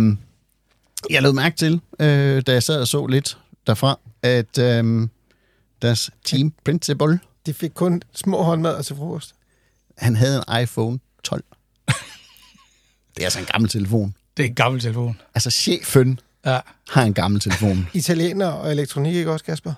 jeg lavede mærke til, da jeg sad og så lidt derfra, at deres team principal... De fik kun små håndmadder til frokost. Han havde en iPhone 12. Det er altså en gammel telefon. Det er en gammel telefon. Altså chefen har en gammel telefon. Italiener og elektronik, ikke også, Kasper?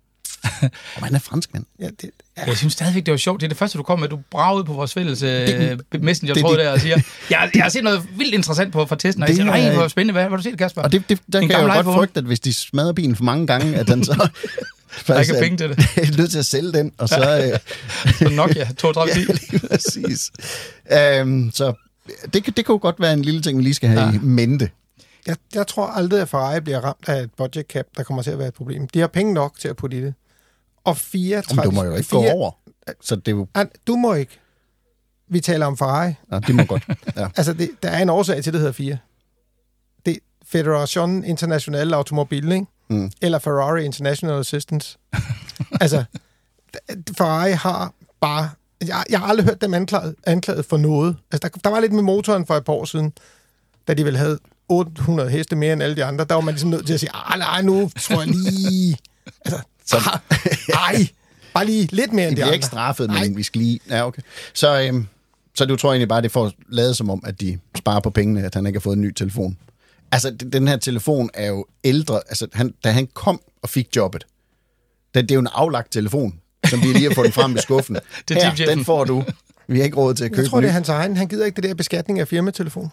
Og han er franskmand. Ja, Jeg synes stadigvæk, det var sjovt. Det er det første, du kom med. Du brager ud på vores fælles messenger-tråd der og siger, jeg har set noget vildt interessant fra testen, og jeg siger, nej, hvor spændende. Hvad har du set, Kasper? Og der kan jeg jo godt frygte, at hvis de smadrer bilen for mange gange, at den så... Der er ikke penge til det. Jeg er nødt til at sælge den, og så... Så Nokia 3210. Ja, lige præcis. Så det kan jo godt være en lille ting, vi lige skal have i mente. Jeg tror aldrig, at Ferrari bliver ramt af et budget cap, der kommer til at være et problem. De har penge nok til at putte i det. Og 4... Du må jo ikke gå over. Så det er jo... Du må ikke. Vi taler om Ferrari. Ja, det må godt. Ja. Altså, der er en årsag til, at det hedder 4. Det er Federation International Automobile, ikke? Eller Ferrari International Assistance. Altså, Ferrari har bare... Jeg har aldrig hørt dem anklaget for noget. Altså, der var lidt med motoren for et par år siden, da de vel havde 800 heste mere end alle de andre. Der var man ligesom nødt til at sige, nej, nu tror jeg lige... Altså, nej, bare lige lidt mere end de andre. De er ikke straffet, men vi skal lige... Ja, okay. Så du tror egentlig bare, det får lavet som om, at de sparer på pengene, at han ikke har fået en ny telefon. Altså, den her telefon er jo ældre. Altså, da han kom og fik jobbet, det er jo en aflagt telefon, som de lige har fået frem i skuffen. Den får du. Vi har ikke råd til at købe. Jeg tror, det er hans egen. Han gider ikke det der beskatning af firmatelefon.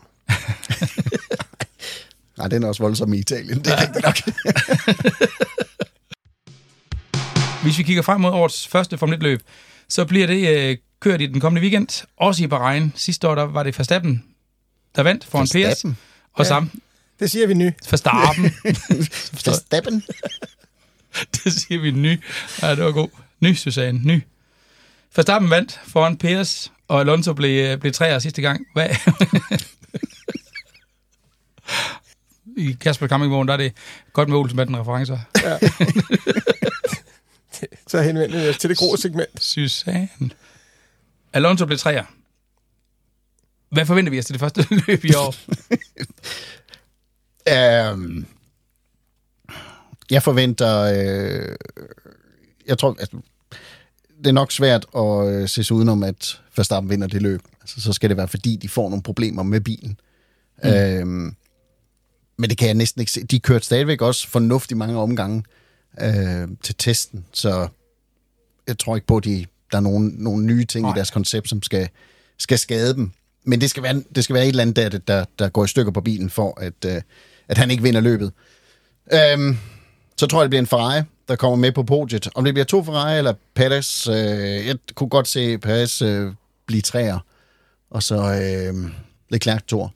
Nej, den er også voldsom i Italien. Det er rigtigt nok. Hvis vi kigger frem mod årets første Formel 1-løb, så bliver det kørt i den kommende weekend, også i Bahrain. Sidste år der var det Verstappen, der vandt foran Perez. Og sammen. Det siger vi ny. Verstappen. Verstappen. Det siger vi ny. Ja, det var god. Ny, Susanne. Ny. Verstappen vandt foran Perez, og Alonso blev træer sidste gang. Hvad? I Kasper Campingvogn, der er det godt med Olsen-banden-referencer. Ja. Så henvender jeg til det grå segment. Susanne. Alonso blev træer. Hvad forventer vi os til det første løb i år? Jeg forventer... jeg tror, at det er nok svært at se sig udenom, at Verstappen vinder det løb. Altså, så skal det være, fordi de får nogle problemer med bilen. Men det kan jeg næsten ikke se. De kørte stadigvæk også fornuftigt mange omgange til testen, så jeg tror ikke på, at der er nogle nye ting i deres koncept, som skal skade dem. Men det skal være et eller andet, der går i stykker på bilen, for at han ikke vinder løbet. Så tror jeg, det bliver en Ferrari, der kommer med på podiet. Om det bliver 2 Ferrari eller Perez, jeg kunne godt se Perez blive 3'er, og så Leclerc 2'er.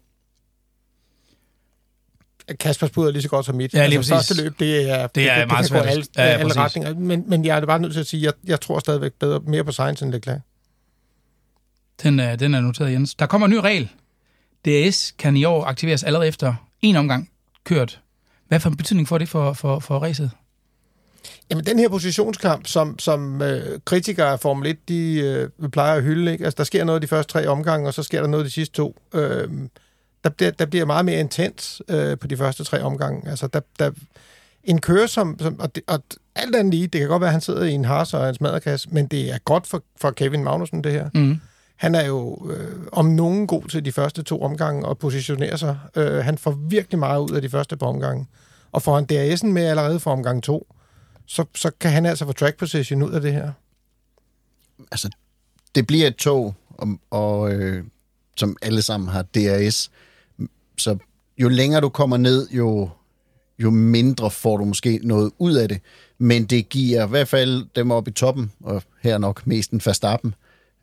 Kaspers bud er lige så godt som mit. Ja, lige præcis. Første løb, det er meget svært. Alle retninger. Men jeg er bare nødt til at sige, at jeg tror stadigvæk mere på Sainz end Leclerc. Den er noteret, Jens. Der kommer en ny regel. DRS kan i år aktiveres allerede efter en omgang kørt. Hvad for en betydning får det for racet? Jamen, den her positionskamp, som kritikere af Formel 1, de plejer at hylde, ikke? Altså, der sker noget de første 3 omgange, og så sker der noget de sidste 2. Der bliver meget mere intens på de første 3 omgange. Altså, en kører, og alt andet lige, det kan godt være, at han sidder i en Haas og en smadrekasse, men det er godt for Kevin Magnussen, det her. Mm. Han er jo om nogen god til de første 2 omgange og positionerer sig. Han får virkelig meget ud af de første par omgange. Og får han DRS'en med allerede for omgang 2, så kan han altså få track position ud af det her. Altså, det bliver et tog, som alle sammen har DRS. Så jo længere du kommer ned, jo mindre får du måske noget ud af det. Men det giver i hvert fald dem oppe i toppen, og her nok mest en Verstappen,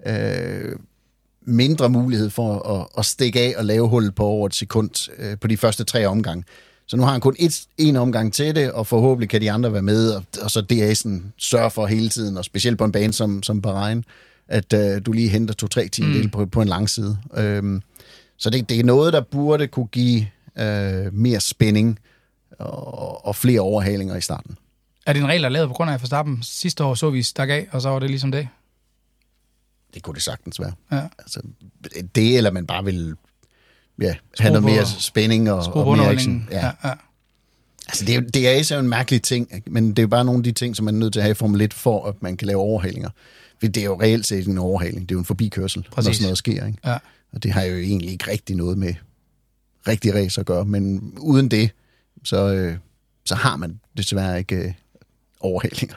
mindre mulighed for at stikke af og lave hul på over et sekund på de første 3 omgange. Så nu har han kun en omgang til det, og forhåbentlig kan de andre være med, og så DRS'en sørger for hele tiden, og specielt på en bane som Bahrain, at du lige henter 2-3 tiendedele på en lang side. Så det er noget, der burde kunne give mere spænding og flere overhalinger i starten. Er det en regel, der er lavet på grund af Verstappen? Sidste år så vi stak af, og så var det ligesom det? Det kunne det sagtens være. Ja. Altså, det, eller man bare vil have noget mere spænding og mere action. Ja. Altså, det er jo en mærkelig ting, men det er jo bare nogle af de ting, som man er nødt til at have i Formel 1, for at man kan lave overhalinger. Det er jo reelt set en overhaling. Det er jo en forbikørsel, når sådan noget sker. Ikke? Ja. Og det har jo egentlig ikke rigtig noget med rigtig race at gøre, men uden det, så har man desværre ikke overhalinger.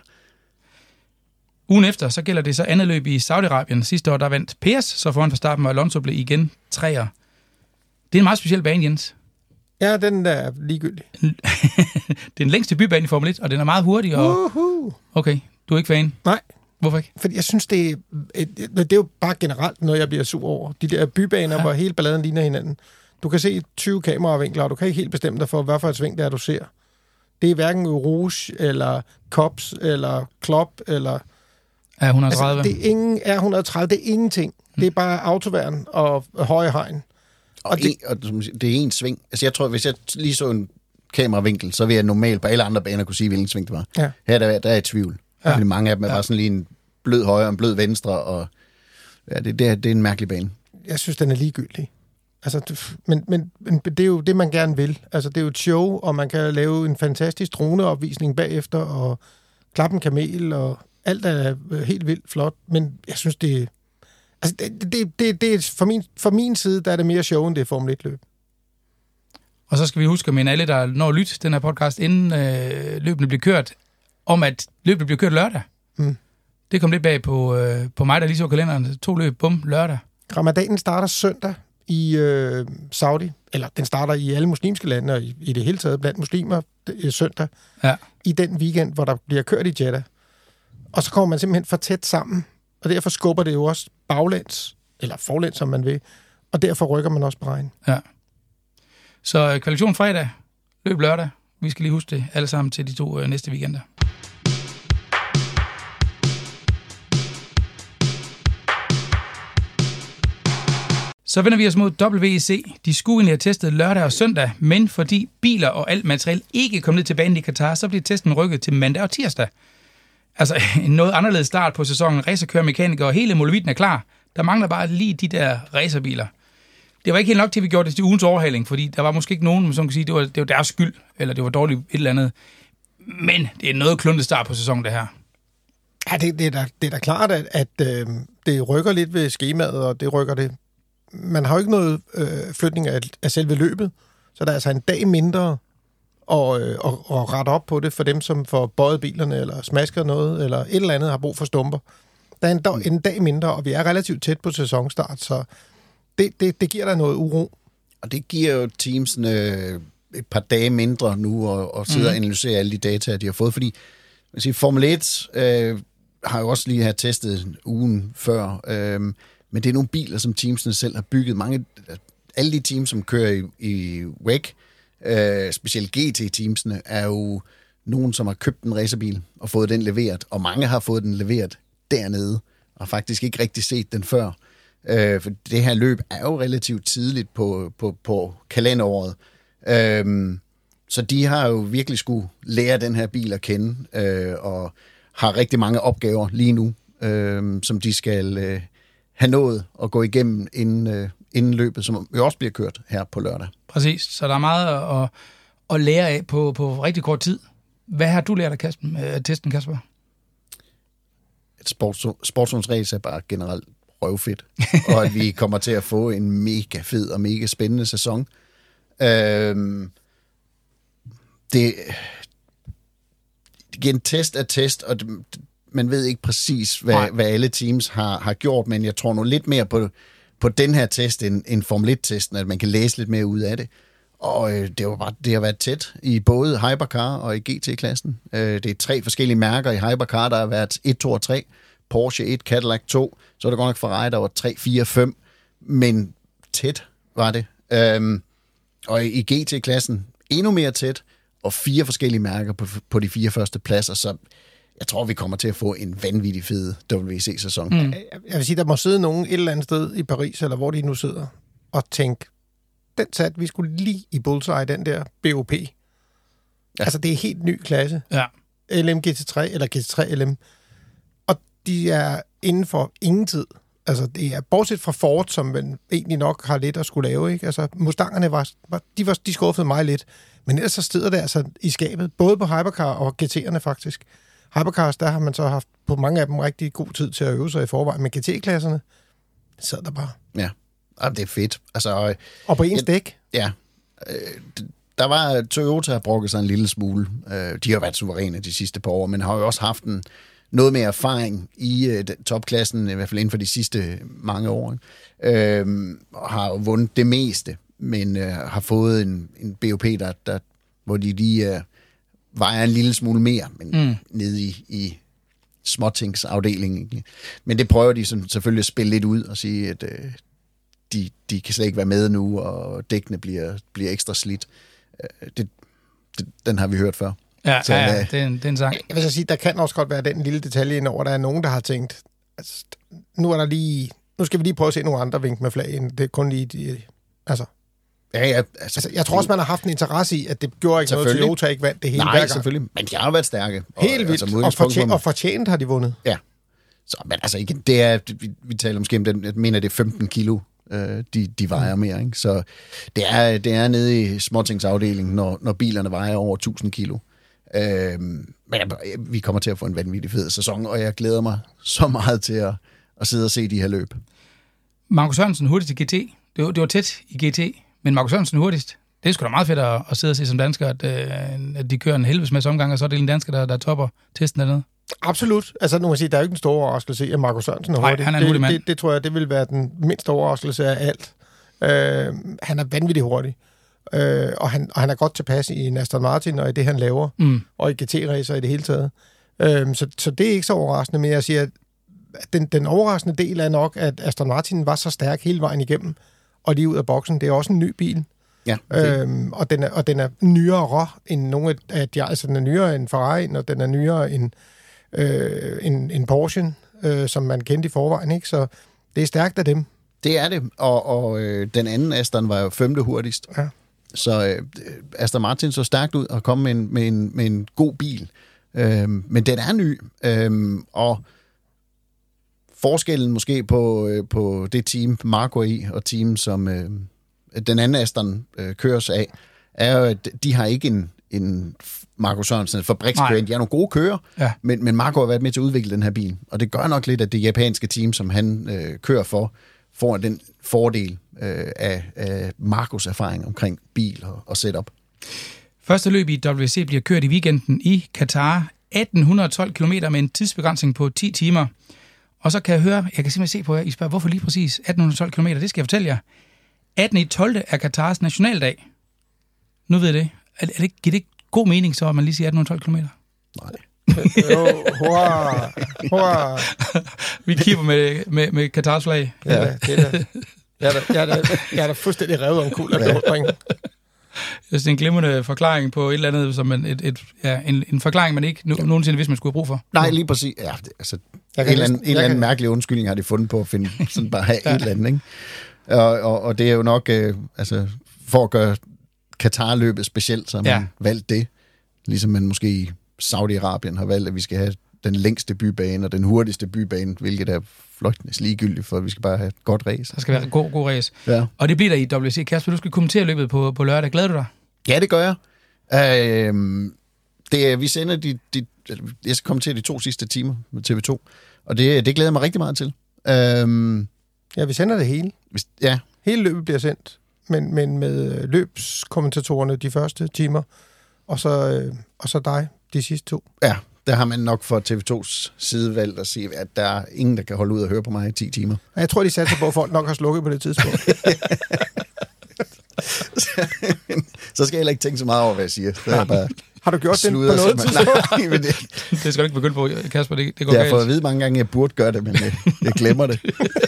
Ugen efter, så gælder det så andet løb i Saudi-Arabien. Sidste år, der vandt Perez, så foran Verstappen, og Alonso blev igen 3'er. Det er en meget speciel bane, Jens. Ja, den er ligegyldig. Det er den længste bybane i Formel 1, og den er meget hurtig. Og... Okay, du er ikke fan? Nej. Hvorfor ikke? Fordi jeg synes, det er jo bare generelt noget, jeg bliver sur over. De der bybaner, hvor hele balladen ligner hinanden. Du kan se 20 kameravinkler, og du kan ikke helt bestemme dig for, hvad for et sving det er, du ser. Det er hverken Rouge, eller Cops, eller Klopp, eller... R130. Altså, det er ingen R130, det er ingenting. Det er bare autoværn og høje hegn. Og det er en sving. Altså jeg tror, hvis jeg lige så en kameravinkel, så vil jeg normalt på alle andre baner kunne sige, hvilken sving det var. Ja. Her der er jeg i tvivl. Ja. Fordi mange af dem er bare sådan lige en blød højre og en blød venstre, og ja, det er en mærkelig bane. Jeg synes, den er ligegyldig. Altså, men det er jo det, man gerne vil. Altså, det er jo et show, og man kan lave en fantastisk droneopvisning bagefter, og klappe en kamel, og alt er helt vildt flot. Men jeg synes, det er for min side, der er det mere show, end det er Formel 1-løb. Og så skal vi huske at minde alle, der når lytte den her podcast, inden løbene bliver kørt, om at løbet bliver kørt lørdag. Mm. Det kom lidt bag på mig, der lige så kalenderen. 2 løb, bum, lørdag. Ramadanen starter søndag i Saudi, eller den starter i alle muslimske lande, og i det hele taget blandt muslimer søndag, i den weekend, hvor der bliver kørt i Jeddah. Og så kommer man simpelthen for tæt sammen, og derfor skubber det jo også baglæns, eller forlæns, som man vil, og derfor rykker man også Bahrain. Ja. Så kvalifikation fredag, løb lørdag. Vi skal lige huske det alle sammen til de 2 næste weekender. Så vender vi os mod WEC. De skulle egentlig have testet lørdag og søndag, men fordi biler og alt materiel ikke kom ned til banen i Katar, så blev testen rykket til mandag og tirsdag. Altså en noget anderledes start på sæsonen. Racerkører, mekanikere og hele molevitten er klar. Der mangler bare lige de der racerbiler. Det var ikke helt nok til, at vi gjorde det til ugens overhaling, fordi der var måske ikke nogen, som kan sige, det var deres skyld, eller det var dårligt et eller andet. Men det er noget kluntet start på sæsonen, det her. Ja, det er da klart, at det rykker lidt ved skemaet, og det rykker det. Man har jo ikke noget flytning af selve løbet, så der er altså en dag mindre at rette op på det for dem, som får bøjet bilerne, eller smasker noget, eller et eller andet har brug for stumper. Der er en dag mindre, og vi er relativt tæt på sæsonstart, så det giver der noget uro. Og det giver jo teamsene et par dage mindre nu, og sidde og analysere alle de data, de har fået, fordi Formel 1 har jo også lige her testet ugen før, men det er nogle biler, som teamsene selv har bygget. Alle de teams, som kører i WEC, specielt GT-teamsene, er jo nogen, som har købt en racerbil og fået den leveret, og mange har fået den leveret dernede, og faktisk ikke rigtig set den før. For det her løb er jo relativt tidligt på kalenderåret. Så de har jo virkelig skulle lære den her bil at kende, og har rigtig mange opgaver lige nu, som de skal have nået at gå igennem inden løbet, som jo også bliver kørt her på lørdag. Præcis, så der er meget at lære af på rigtig kort tid. Hvad har du lært af testen, Kasper? Sportsvognsrace er bare generelt røvfedt, og at vi kommer til at få en mega fed og mega spændende sæson. Det igen, test er test, og man ved ikke præcis, hvad alle teams har gjort, men jeg tror nu lidt mere på den her test end Formel 1-testen, at man kan læse lidt mere ud af det. Og det har været tæt i både Hypercar og i GT-klassen. Det er 3 forskellige mærker i Hypercar, der har været 1, 2 og 3. Porsche 1, Cadillac 2. Så er der godt nok Ferrari, der var 3, 4, 5. Men tæt var det. Og i GT-klassen endnu mere tæt, og 4 forskellige mærker på de 4 første pladser. Så jeg tror, vi kommer til at få en vanvittig fed WEC-sæson. Jeg vil sige, der må sidde nogen et eller andet sted i Paris, eller hvor de nu sidder, og tænke, den satte vi skulle lige i bullseye, den der BOP. Ja. Altså, det er helt ny klasse. Ja. LM GT3 eller GT3 LM. Og de er inden for ingen tid. Altså, det er bortset fra Ford, som man egentlig nok har lidt at skulle lave, ikke? Altså, Mustangerne de skuffede mig lidt. Men ellers så sidder det altså i skabet, både på Hypercar og GT'erne faktisk. Hypercars, der har man så haft på mange af dem rigtig god tid til at øve sig i forvejen. Men GT-klasserne, sidder der bare. Ja, det er fedt. Altså, og på ens dæk. Ja. Der var Toyota har brokket sig en lille smule. De har været suveræne de sidste par år, men har jo også haft noget mere erfaring i topklassen, i hvert fald inden for de sidste mange år. Og har jo vundet det meste, men har fået en BOP, hvor de lige vejer en lille smule mere, men nede i småtingsafdelingen. Men det prøver de selvfølgelig at spille lidt ud og sige, at de kan slet ikke være med nu, og dækkene bliver ekstra slidt. Den har vi hørt før. Ja, så, det er en sang. Jeg vil så sige, der kan også godt være den lille detalje indover. Der er nogen, der har tænkt, altså, nu skal vi lige prøve at se nogle andre vink med flagen. Det er kun lige altså. Ja, altså, jeg tror også, man har haft en interesse i, at det gjorde ikke noget til Toyota ikke vandt det hele hver gang. Selvfølgelig. Men de har været stærke. Helt vildt. Altså, og fortjent har de vundet. Ja. Så, men altså igen, det er, vi taler måske om den, jeg mener, det er 15 kilo, de vejer mere. Ikke? Så det er nede i småtingsafdelingen, når bilerne vejer over 1000 kilo. Men vi kommer til at få en vanvittig fed sæson, og jeg glæder mig så meget til at sidde og se de her løb. Markus Sørensen hurtigst i GT. Det var tæt i GT, men Markus Sørensen hurtigst. Det er sgu da meget fedt at sidde og se som dansker, at de kører en helvedes masse omgang, og så er det en dansker, der topper testen dernede. Absolut. Altså nu må jeg sige, der er jo ikke en stor overraskelse, at Markus Sørensen er hurtig. Nej, han er en hurtig mand. Det tror jeg, det vil være den mindste overraskelse af alt. Han er vanvittigt hurtig. Og han er godt tilpas i en Aston Martin og i det, han laver, og i GT-racer i det hele taget. Så det er ikke så overraskende, men jeg siger, at den overraskende del er nok, at Aston Martin var så stærk hele vejen igennem, og lige ud af boksen. Det er også en ny bil. Ja, og den er nyere end nogle af de, altså den er nyere end Ferrari, og den er nyere end Porsche, som man kendte i forvejen, ikke? Så det er stærkt af dem. Det er det, og den anden Aston var jo 5. hurtigst. Ja. Så Aston Martin så stærkt ud og kom med en god bil. Men den er ny, og forskellen måske på det team, Marco er i, og team, som den anden Aston køres af, er jo, at de har ikke en Marco Sørensen fabrikskører. De er nogle gode kører, ja. men Marco har været med til at udvikle den her bil. Og det gør nok lidt, at det japanske team, som han kører for, får den fordel af Marcos erfaring omkring bil og setup. Første løb i WEC bliver kørt i weekenden i Katar. 1812 km med en tidsbegrænsning på 10 timer. Og så kan jeg høre, jeg kan simpelthen se på jer, I spørger, hvorfor lige præcis 1812 km? Det skal jeg fortælle jer. 18.12. er Katars nationaldag. Nu ved jeg det. Giver det ikke god mening så, at man lige siger 1812 km? Nej. Vi kigger med Katars flag. Ja, det er jeg er da fuldstændig revet om kul af beundring. Det er en glimrende forklaring på et eller andet, som en forklaring, man ikke nogensinde vidste, man skulle have brug for. Nej, lige præcis. Ja, altså, en eller anden mærkelig undskyldning har de fundet på at finde sådan bare have et eller andet, ikke? Og det er jo nok, for at gøre Katar-løbet specielt, så har man valgt det. Ligesom man måske i Saudi-Arabien har valgt, at vi skal have den længste bybane og den hurtigste bybane, hvilket er fløjtende ligegyldigt, for vi skal bare have et godt race. Der skal være god race. Ja. Og det bliver der i WC. Kasper, du skal kommentere løbet på lørdag. Glæder du dig? Ja, det gør jeg. Vi sender jeg skal kommentere de 2 sidste timer med TV2, og det glæder jeg mig rigtig meget til. Ja, vi sender det hele. Ja. Hele løbet bliver sendt, men med løbskommentatorerne de første timer, og så dig de sidste 2. Ja, der har man nok fra TV2's side valgt at sige, at der er ingen, der kan holde ud og høre på mig i 10 timer. Jeg tror, de satser på, at folk nok har slukket på det tidspunkt. Så skal jeg heller ikke tænke så meget over, hvad jeg siger. Har du gjort det på noget tidspunkt? Nej, men det skal du ikke begynde på, Kasper. Det går jeg galt. har fået at vide mange gange, at jeg burde gøre det, men jeg glemmer det.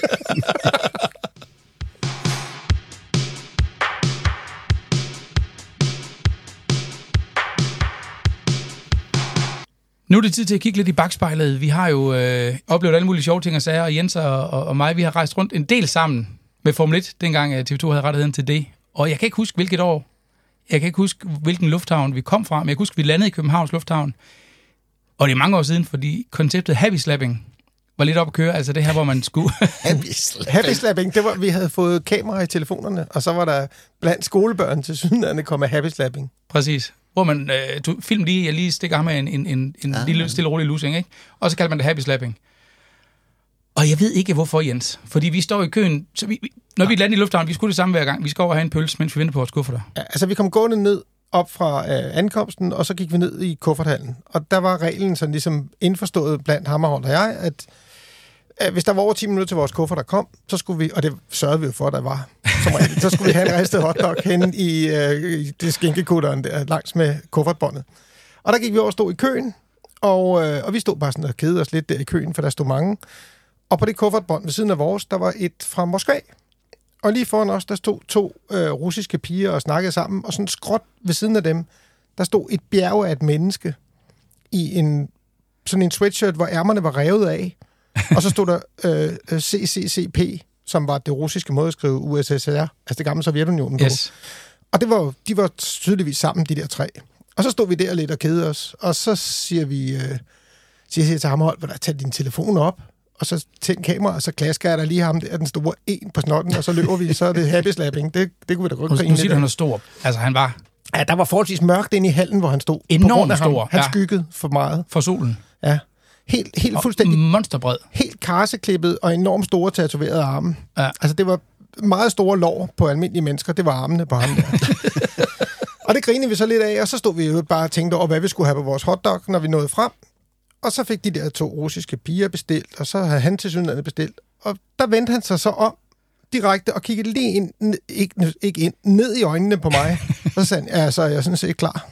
Nu er det tid til at kigge lidt i bagspejlet. Vi har jo oplevet alle mulige sjove ting og sager, og Jens og mig, vi har rejst rundt en del sammen med Formel 1, dengang TV2 havde rettigheden til det. Og jeg kan ikke huske, hvilket år. Jeg kan ikke huske, hvilken lufthavn vi kom fra, men jeg kan huske, at vi landede i Københavns Lufthavn. Og det er mange år siden, fordi konceptet Happy Slapping var lidt op at køre. Altså det her, hvor man skulle... Happy Slapping, det var, vi havde fået kamera i telefonerne, og så var der blandt skolebørn til sydenlande kommet Happy Slapping. Præcis. Hvor man film lige stikker ham med en lille stille rolig lussing, ikke? Og så kalder man det Happy Slapping. Og jeg ved ikke, hvorfor, Jens. Fordi vi står i køen... Så når vi lander i lufthavnen, vi skulle det samme hver gang. Vi skal over og have en pølse, mens vi venter på vores kufferter. Ja, altså, vi kom gående ned op fra ankomsten, og så gik vi ned i kufferthallen. Og der var reglen sådan ligesom indforstået blandt Hammerhold og jeg, at hvis der var over 10 minutter til vores kufferter kom, så skulle vi, og det sørgede vi jo for, at der var, som regel, så skulle vi have en ristet hotdog hen i det skinkekutteren der, langs med kuffertbåndet. Og der gik vi over og stod i køen, og vi stod bare sådan og kedede os lidt der i køen, for der stod mange. Og på det kuffertbånd ved siden af vores, der var et fra Moskva. Og lige foran os, der stod 2 russiske piger og snakkede sammen, og sådan skråt ved siden af dem, der stod et bjerg af et menneske i sådan en sweatshirt, hvor ærmerne var revet af. Og så stod der CCCP, som var det russiske måde at skrive USSR, altså det gamle Sovjetunionen på. Yes. Og de var tydeligvis sammen, de der 3. Og så stod vi der lidt og kedede os, og så siger jeg til Hammerhold, hvor der tager din telefon op, og så tænd kamera, og så klasker jeg der lige ham der, den store en på snotten, og så løber vi, så er det Happy Slapping. Det kunne vi da godt grine. Nu siger du, han er stor. Altså, han var... Ja, der var forholdsvis mørkt inde i hallen, hvor han stod. Enormt stor. Han skyggede for meget. For solen. Ja. Helt fuldstændig... Monsterbred. Helt karseklippet og enormt store tatoverede arme. Ja. Altså, det var meget store lår på almindelige mennesker. Det var armene på ham der. Og det grinede vi så lidt af, og så stod vi jo bare og tænkte over, hvad vi skulle have på vores hotdog, når vi nåede frem. Og så fik de der 2 russiske piger bestilt, og så havde han tilsyneladende bestilt. Og der vendte han sig så om direkte og kiggede lige ind, ikke ind, ned i øjnene på mig. Så sagde han, ja, så er jeg sådan set klar.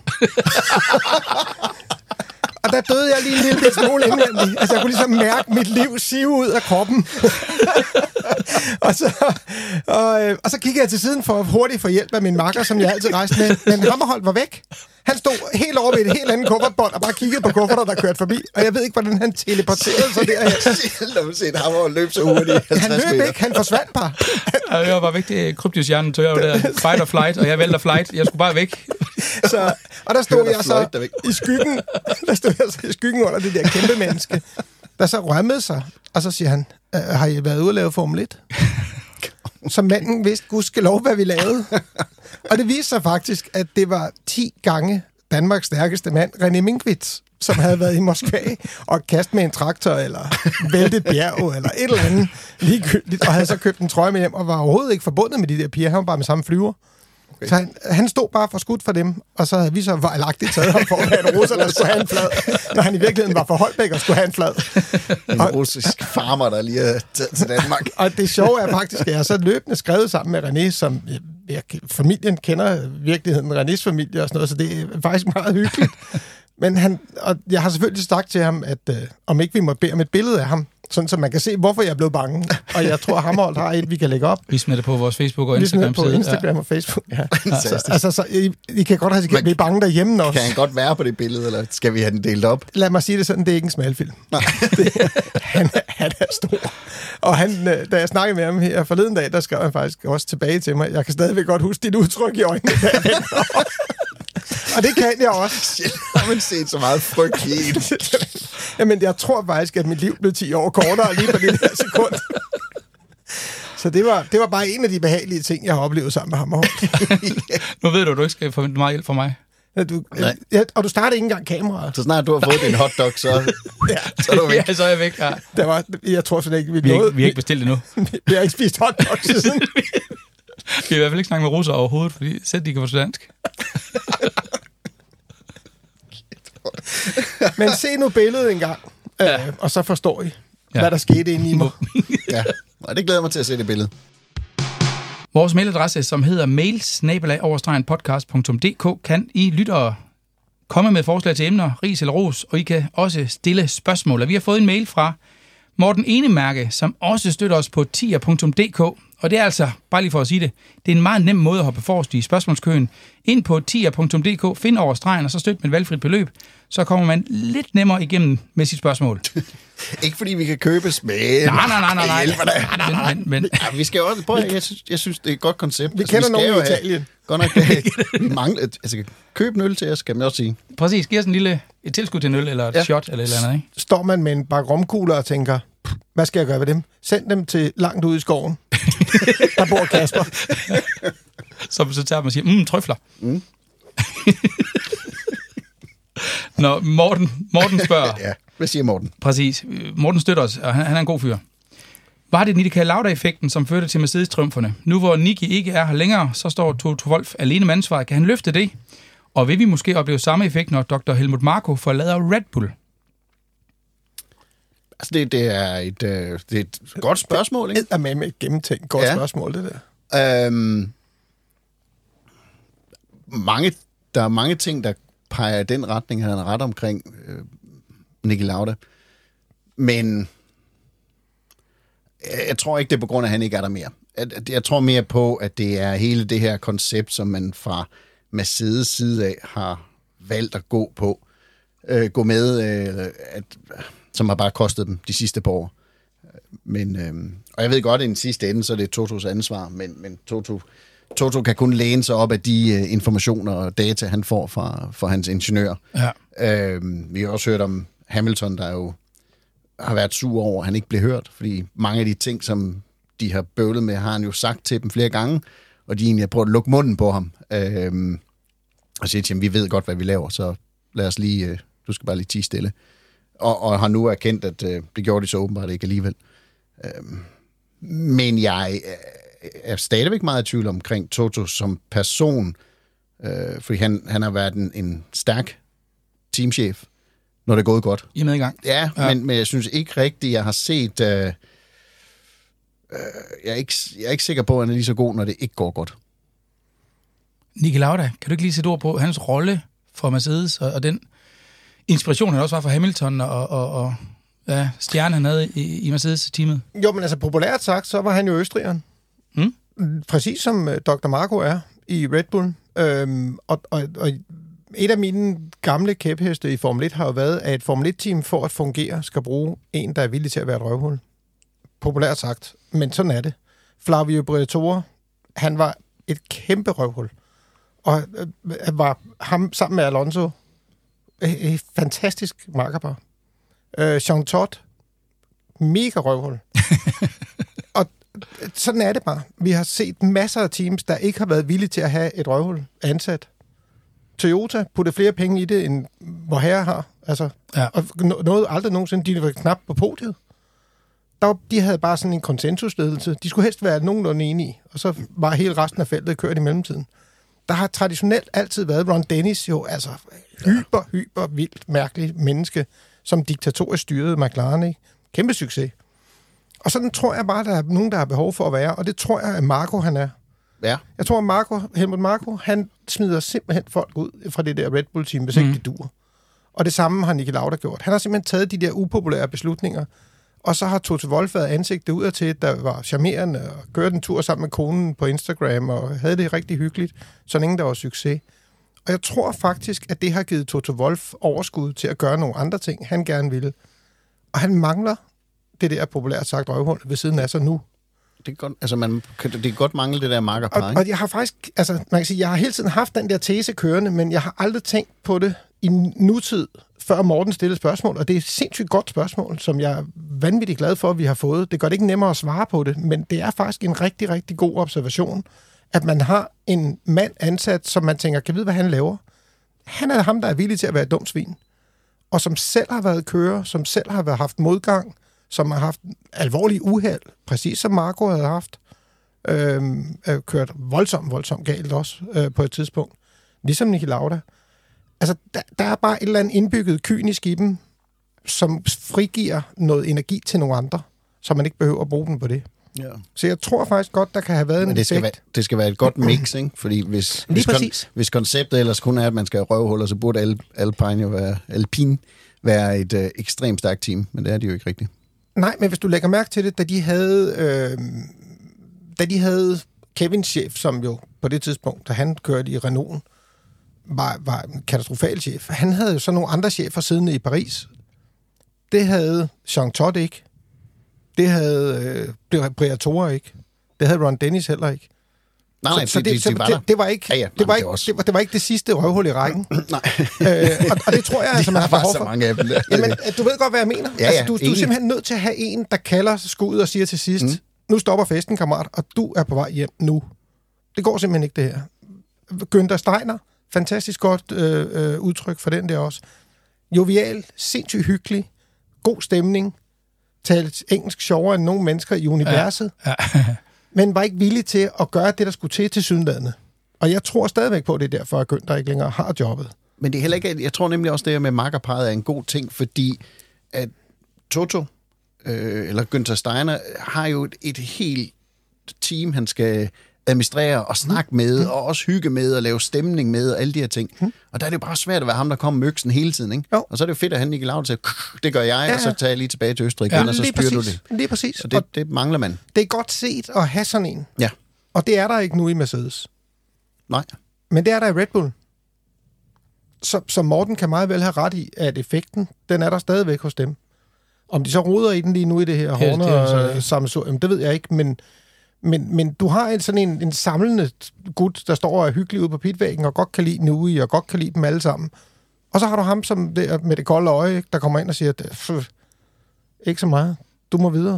Og der døde jeg lige en lille smule indvendigt. Altså, jeg kunne ligesom mærke mit liv sive ud af kroppen. og så kiggede jeg til siden for hurtigt få hjælp af min makker, som jeg altid rejste med. Men Hammerhold var væk. Han stod helt over ved et helt andet kuffertbånd og bare kiggede på kufferter, der kørte forbi. Og jeg ved ikke, hvordan han teleporterede sig derhen. Når man set Hammerhold løb så hurtigt. Han løb ikke, han forsvandt bare. Jeg var vigtig. Kryptoshjernen tør jeg jo der. Fight or flight, og jeg valgte flight. Jeg skulle bare væk. Og der stod jeg så i skyggen. Der stod jeg så i skyggen under det der kæmpe menneske, der så rømmede sig. Og så siger han, har I været ude at lave Formel 1? Så manden vidste gudskelov, hvad vi lavede. Og det viste sig faktisk, at det var 10 gange Danmarks stærkeste mand, René Minkwitz, som havde været i Moskva og kastet med en traktor, eller væltet bjerg, eller et eller andet ligegyldigt, og havde så købt en trøje med hjem, og var overhovedet ikke forbundet med de der piger. Han var bare med samme flyver. Okay. Så han stod bare for skudt for dem, og så havde vi så vejlagtigt taget ham for at være en russer, der skulle have en flad, når han i virkeligheden var for Holbæk og skulle have en flad. En russisk farmer, der lige er taget til Danmark. Og det sjove er faktisk, at jeg har så løbende skrevet sammen med René, som familien kender virkeligheden, Renés familie og sådan noget, så det er faktisk meget hyggeligt. Men og jeg har selvfølgelig sagt til ham, at om ikke vi må bede om et billede af ham, sådan så man kan se, hvorfor jeg er blevet bange. Og jeg tror, Hammerholt har et, vi kan lægge op. Vi smider det på vores Facebook og Instagram. Vi smider på Instagram og Facebook, ja. Så I kan godt have blive bange derhjemme også. Kan han godt være på det billede, eller skal vi have den delt op? Lad mig sige det sådan, det er ikke en smalfilm. Han er stor. Og da jeg snakkede med ham her forleden dag, der skrev han faktisk også tilbage til mig, jeg kan stadigvæk godt huske dit udtryk i øjnene. Og det kan jeg også. Har man set så meget frygt i en? Jamen, jeg tror faktisk, at mit liv blev 10 år kortere lige på det her sekund. Så det var bare en af de behagelige ting, jeg har oplevet sammen med Hammerholt. Nu ved du ikke skal forvente meget hjælp fra mig. Og du startede ikke engang kameraet. Så snart du har fået din hotdog, så er du væk. Ja, så er jeg væk. Ja. Jeg tror slet ikke, vi har ikke bestilt det nu. Vi har ikke spist hotdog siden. Vi har i hvert fald ikke snakket med russer overhovedet, fordi selv de kan forstå dansk. Men se nu billedet engang, og så forstår I, hvad der skete inde i mig. Ja, og det glæder mig til at se det billede. Vores mailadresse, som hedder mails@podcast.dk, kan I lyttere komme med forslag til emner, ris eller ros, og I kan også stille spørgsmål. Og vi har fået en mail fra Morten Enemærke, som også støtter os på tier.dk. Og det er altså, bare lige for at sige det, det er en meget nem måde at hoppe forrest i spørgsmålskøen. Ind på tier.dk, find over stregen, og så støt med et valgfrit beløb. Så kommer man lidt nemmere igennem med sit spørgsmål. Ikke fordi vi kan købes med. Nej. Men ja, vi skal jo også prøve. Jeg synes, det er et godt koncept. Vi kender nogen i Italien. Godt nok, vi mangler. Altså, køb en øl til os, kan man også sige. Præcis, giv os et tilskud til en øl, eller et shot, eller et eller andet, ikke? Står man med en bakke romkugler og tænker, hvad skal jeg gøre ved dem? Send dem til langt ude i skoven. Der bor Kasper. Så tager man og siger, trøfler. Nå, Morten spørger. Ja, hvad siger Morten? Præcis. Morten støtter os, og han er en god fyr. Var det Niki Lauda-effekten, som førte til Mercedes-triumferne? Nu hvor Niki ikke er her længere, så står Toto Wolff alene med ansvaret. Kan han løfte det? Og vil vi måske opleve samme effekt, når Dr. Helmut Marko forlader Red Bull? Altså, det er et godt spørgsmål, ikke? Det er med et gennemtænkt godt spørgsmål, det der. Der er mange ting, der peger i den retning, han er ret omkring Niki Lauda. Men jeg tror ikke, det er på grund af, at han ikke er der mere. Jeg tror mere på, at det er hele det her koncept, som man fra Mercedes side af har valgt at gå med, som har bare kostet dem de sidste par år. Men, og jeg ved godt, at i den sidste ende, så er det Totos ansvar, men Toto kan kun læne sig op af de informationer og data, han får fra hans ingeniør. Ja. Vi har også hørt om Hamilton, der jo har været sur over, at han ikke blev hørt, fordi mange af de ting, som de har bøvlet med, har han jo sagt til dem flere gange, og de egentlig har prøvet at lukke munden på ham. Og sige til ham, vi ved godt, hvad vi laver, så lad os lige, du skal bare lige tie stille. Og har nu erkendt, at det gjorde de så åbenbart ikke alligevel. Men jeg er stadigvæk meget i tvivl omkring Toto som person, fordi han har været en stærk teamchef, når det er gået godt. I er med i gang. Ja. Men jeg synes ikke rigtigt, jeg har set... jeg er ikke sikker på, at han er lige så god, når det ikke går godt. Niki Lauda, kan du ikke lige sætte ord på hans rolle for Mercedes, og den inspiration, han også var for Hamilton, og stjernen, han havde i Mercedes-teamet? Jo, men altså populært sagt, så var han jo østrigeren. Præcis som Dr. Marko er i Red Bull. Og et af mine gamle kæpheste i Formel 1 har jo været, at et Formel 1-team for at fungere skal bruge en, der er villig til at være et røvhul. Populært sagt. Men sådan er det. Flavio Briatore, han var et kæmpe røvhul. Og var ham sammen med Alonso et fantastisk makkerpar. Jean Todt, mega røvhul. Og sådan er det bare. Vi har set masser af teams, der ikke har været villige til at have et røvhul ansat. Toyota puttede flere penge i det, end hvor herre har. Altså, og noget aldrig nogensinde, de var knap på podiet. De havde bare sådan en konsensusledelse. De skulle helst være nogenlunde enige, og så var hele resten af feltet kørt i mellemtiden. Der har traditionelt altid været Ron Dennis jo, altså hyper vildt mærkelig menneske, som diktatorisk styrede McLaren, ikke? Kæmpe succes. Og sådan tror jeg bare, der er nogen, der har behov for at være, og det tror jeg, at Marko han er. Ja. Jeg tror, at Helmut Marko, han smider simpelthen folk ud fra det der Red Bull-team, hvis ikke det dur. Og det samme har Niki Lauda gjort. Han har simpelthen taget de der upopulære beslutninger, Og så har Toto Wolff været ansigtet udadtil, der var charmerende og kørte en tur sammen med konen på Instagram og havde det rigtig hyggeligt, så længe der var succes. Og jeg tror faktisk, at det har givet Toto Wolff overskud til at gøre nogle andre ting, han gerne ville. Og han mangler det der populært sagt røvhul ved siden af sig nu. Det kan godt, altså det kan godt mangle det der makkerpar, og jeg har faktisk, altså man kan sige, jeg har hele tiden haft den der tese kørende, men jeg har aldrig tænkt på det i nutid, før Morten stillede spørgsmål, og det er et sindssygt godt spørgsmål, som jeg er vanvittigt glad for, at vi har fået. Det gør det ikke nemmere at svare på det, men det er faktisk en rigtig, rigtig god observation, at man har en mand ansat, som man tænker, kan vide, hvad han laver. Han er ham, der er villig til at være et dumt svin, og som selv har været kører, som selv har haft modgang, som har haft alvorlige uheld, præcis som Marco havde haft, kørt voldsomt galt også på et tidspunkt, ligesom Niki Lauda. Altså, der er bare et eller andet indbygget kynisk i dem, som frigiver noget energi til nogle andre, så man ikke behøver at bruge den på det. Ja. Så jeg tror faktisk godt, der kan have været en effekt. Det skal være et godt mix, ikke? Fordi hvis konceptet ellers kun er, at man skal have røvhuller, så burde Alpine være et ekstremt stærkt team, men det er de jo ikke rigtigt. Nej, men hvis du lægger mærke til det, da de havde Kevins chef, som jo på det tidspunkt, da han kørte i Renault'en, var en katastrofal chef. Han havde jo så nogle andre chefer siddende i Paris. Det havde Jean Todt ikke. Det havde Briatore ikke. Det havde Ron Dennis heller ikke. Nej, det var ikke det var ikke det sidste røvhul i rækken. Nej. Og det tror jeg, altså, man har behov for. Så mange af dem der. Jamen, du ved godt, hvad jeg mener. Ja, altså, du er simpelthen nødt til at have en, der kalder skud og siger til sidst, nu stopper festen, kammerat, og du er på vej hjem nu. Det går simpelthen ikke, det her. Günther Steiner, fantastisk godt udtryk for den der også. Jovial, sindssygt hyggelig, god stemning, talt engelsk sjovere end nogle mennesker i universet. Ja. Men var ikke villig til at gøre det, der skulle til sydenladende. Og jeg tror stadigvæk på, det derfor, at Günther ikke længere har jobbet. Men det er heller ikke, jeg tror nemlig også, det her med makkerparret er en god ting, fordi at Toto, eller Günther Steiner, har jo et helt team, han skal administrere og snakke med, og også hygge med, og lave stemning med, og alle de her ting. Og der er det jo bare svært at være ham, der kommer med øksen hele tiden, ikke? Og så er det jo fedt, at han Niki Lauda siger, det gør jeg, og så tager jeg lige tilbage til Østrig igen, og så styrer du det. Lige præcis. Og det mangler man. Det er godt set at have sådan en. Ja. Og det er der ikke nu i Mercedes. Nej. Men det er der i Red Bull. Så Morten kan meget vel have ret i, at effekten, den er der stadigvæk hos dem. Om de så roder i den lige nu i det her Horner sammensurium, det ved jeg ikke, men du har sådan en samlende gut, der står og er hyggelig ude på pitvæggen, og godt kan lide Nui, og godt kan lide dem alle sammen. Og så har du ham som der, med det kolde øje, der kommer ind og siger, ikke så meget, du må videre.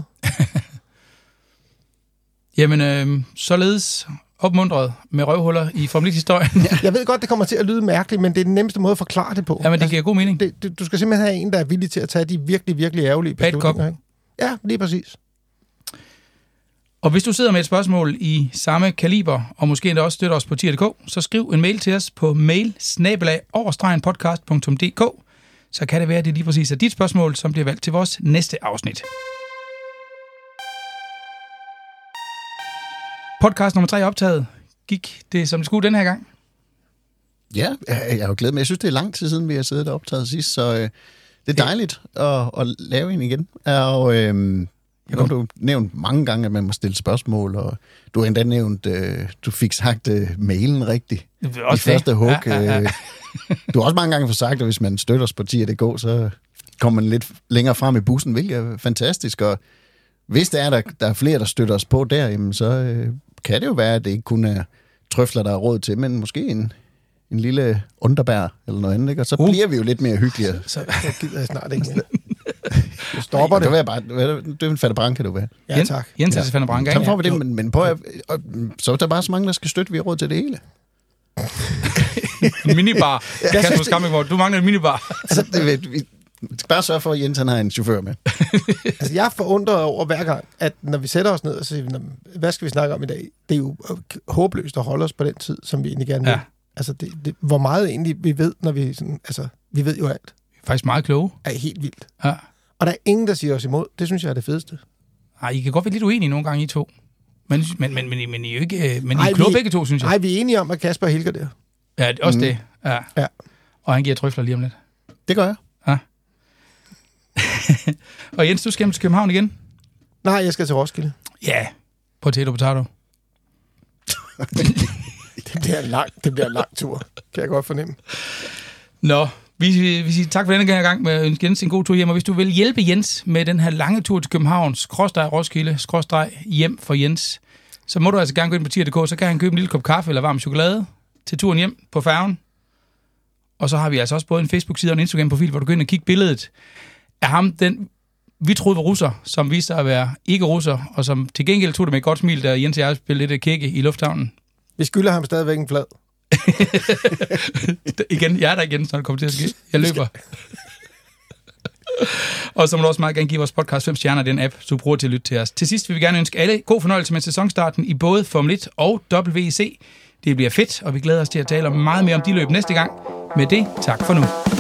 Jamen, således opmuntret med røvhuller i Formel 1-historien. Jeg ved godt, det kommer til at lyde mærkeligt, men det er den nemmeste måde at forklare det på. Jamen, det giver god mening. Du skal simpelthen have en, der er villig til at tage de virkelig, virkelig ærgerlige beslutninger. Ja, lige præcis. Og hvis du sidder med et spørgsmål i samme kaliber, og måske endda også støtter os på tier.dk, så skriv en mail til os på mail@podcast.dk, så kan det være, at det lige præcis er dit spørgsmål, som bliver valgt til vores næste afsnit. Podcast nummer 3 optaget. Gik det, som det skulle den her gang? Ja, jeg har jo glædet mig. Jeg synes, det er lang tid siden, vi har siddet og optaget sidst, så det er dejligt at lave en igen. Og nu har du nævnt mange gange, at man må stille spørgsmål, og du har endda nævnt, du fik sagt mailen rigtigt. I første hug. Du har også mange gange fået sagt, at hvis man støtter os på tier.dk, så kommer man lidt længere frem i bussen, hvilket er fantastisk. Og hvis der er flere, der støtter os på der, jamen, så kan det jo være, at det ikke kun er trøfler, der er råd til, men måske en lille underbær eller noget andet, ikke? Og så bliver vi jo lidt mere hyggeligere. Så gider jeg snart ikke mere. Du stopper det. Det er en fattebrang, kan du være. Ja, tak. Jens er fattebrang. Så får vi det, men prøv at, så er der bare så mange, der skal støtte, vi har råd til det hele. En minibar. Kasper Skammingborg, du mangler en minibar. Altså, vi skal bare sørge for, at Jens han har en chauffør med. Altså, jeg er forundret over hver gang, at når vi sætter os ned og siger, hvad skal vi snakke om i dag? Det er jo håbløst at holde os på den tid, som vi egentlig gerne vil. Ja. Altså, hvor meget egentlig vi ved, når vi sådan, altså, vi ved jo alt. Faktisk meget kloge. Er helt vildt. Ja. Og der er ingen, der siger os imod. Det synes jeg er det fedeste. Nej, I kan godt være lidt uenige nogle gange, I to. Men I er jo ikke... Men I er kloge begge to, synes jeg. Nej, vi er enige om, at Kasper Hilger der. Ja, også det. Ja. Og han giver trøfler lige om lidt. Det gør jeg. Ja. Og Jens, du skal hjem til København igen? Nej, jeg skal til Roskilde. Ja, potato. Det bliver en lang tur, kan jeg godt fornemme. Nå, vi siger tak for denne gang med at ønske Jens en god tur hjem. Og hvis du vil hjælpe Jens med den her lange tur til København, Roskilde, hjem for Jens, så må du altså gerne gå ind på tier.dk, så kan han købe en lille kop kaffe eller varm chokolade til turen hjem på færgen. Og så har vi altså også både en Facebook-side og en Instagram-profil, hvor du går ind og kigge billedet af ham, den vi troede var russer, som viste sig at være ikke-russer, og som til gengæld tog det med et godt smil, da Jens og jeg spillede lidt kække i lufthavnen. Vi skylder ham stadigvæk en flad. Igen, jeg er der igen, så det kommer til at ske. Jeg løber. Og så må du også meget gerne give vores podcast 5 stjerner i den app, så du bruger til at lytte til os. Til sidst vil vi gerne ønske alle god fornøjelse med sæsonstarten i både Formel 1 og WEC. Det bliver fedt, og vi glæder os til at tale meget mere om de løb næste gang. Med det, tak for nu.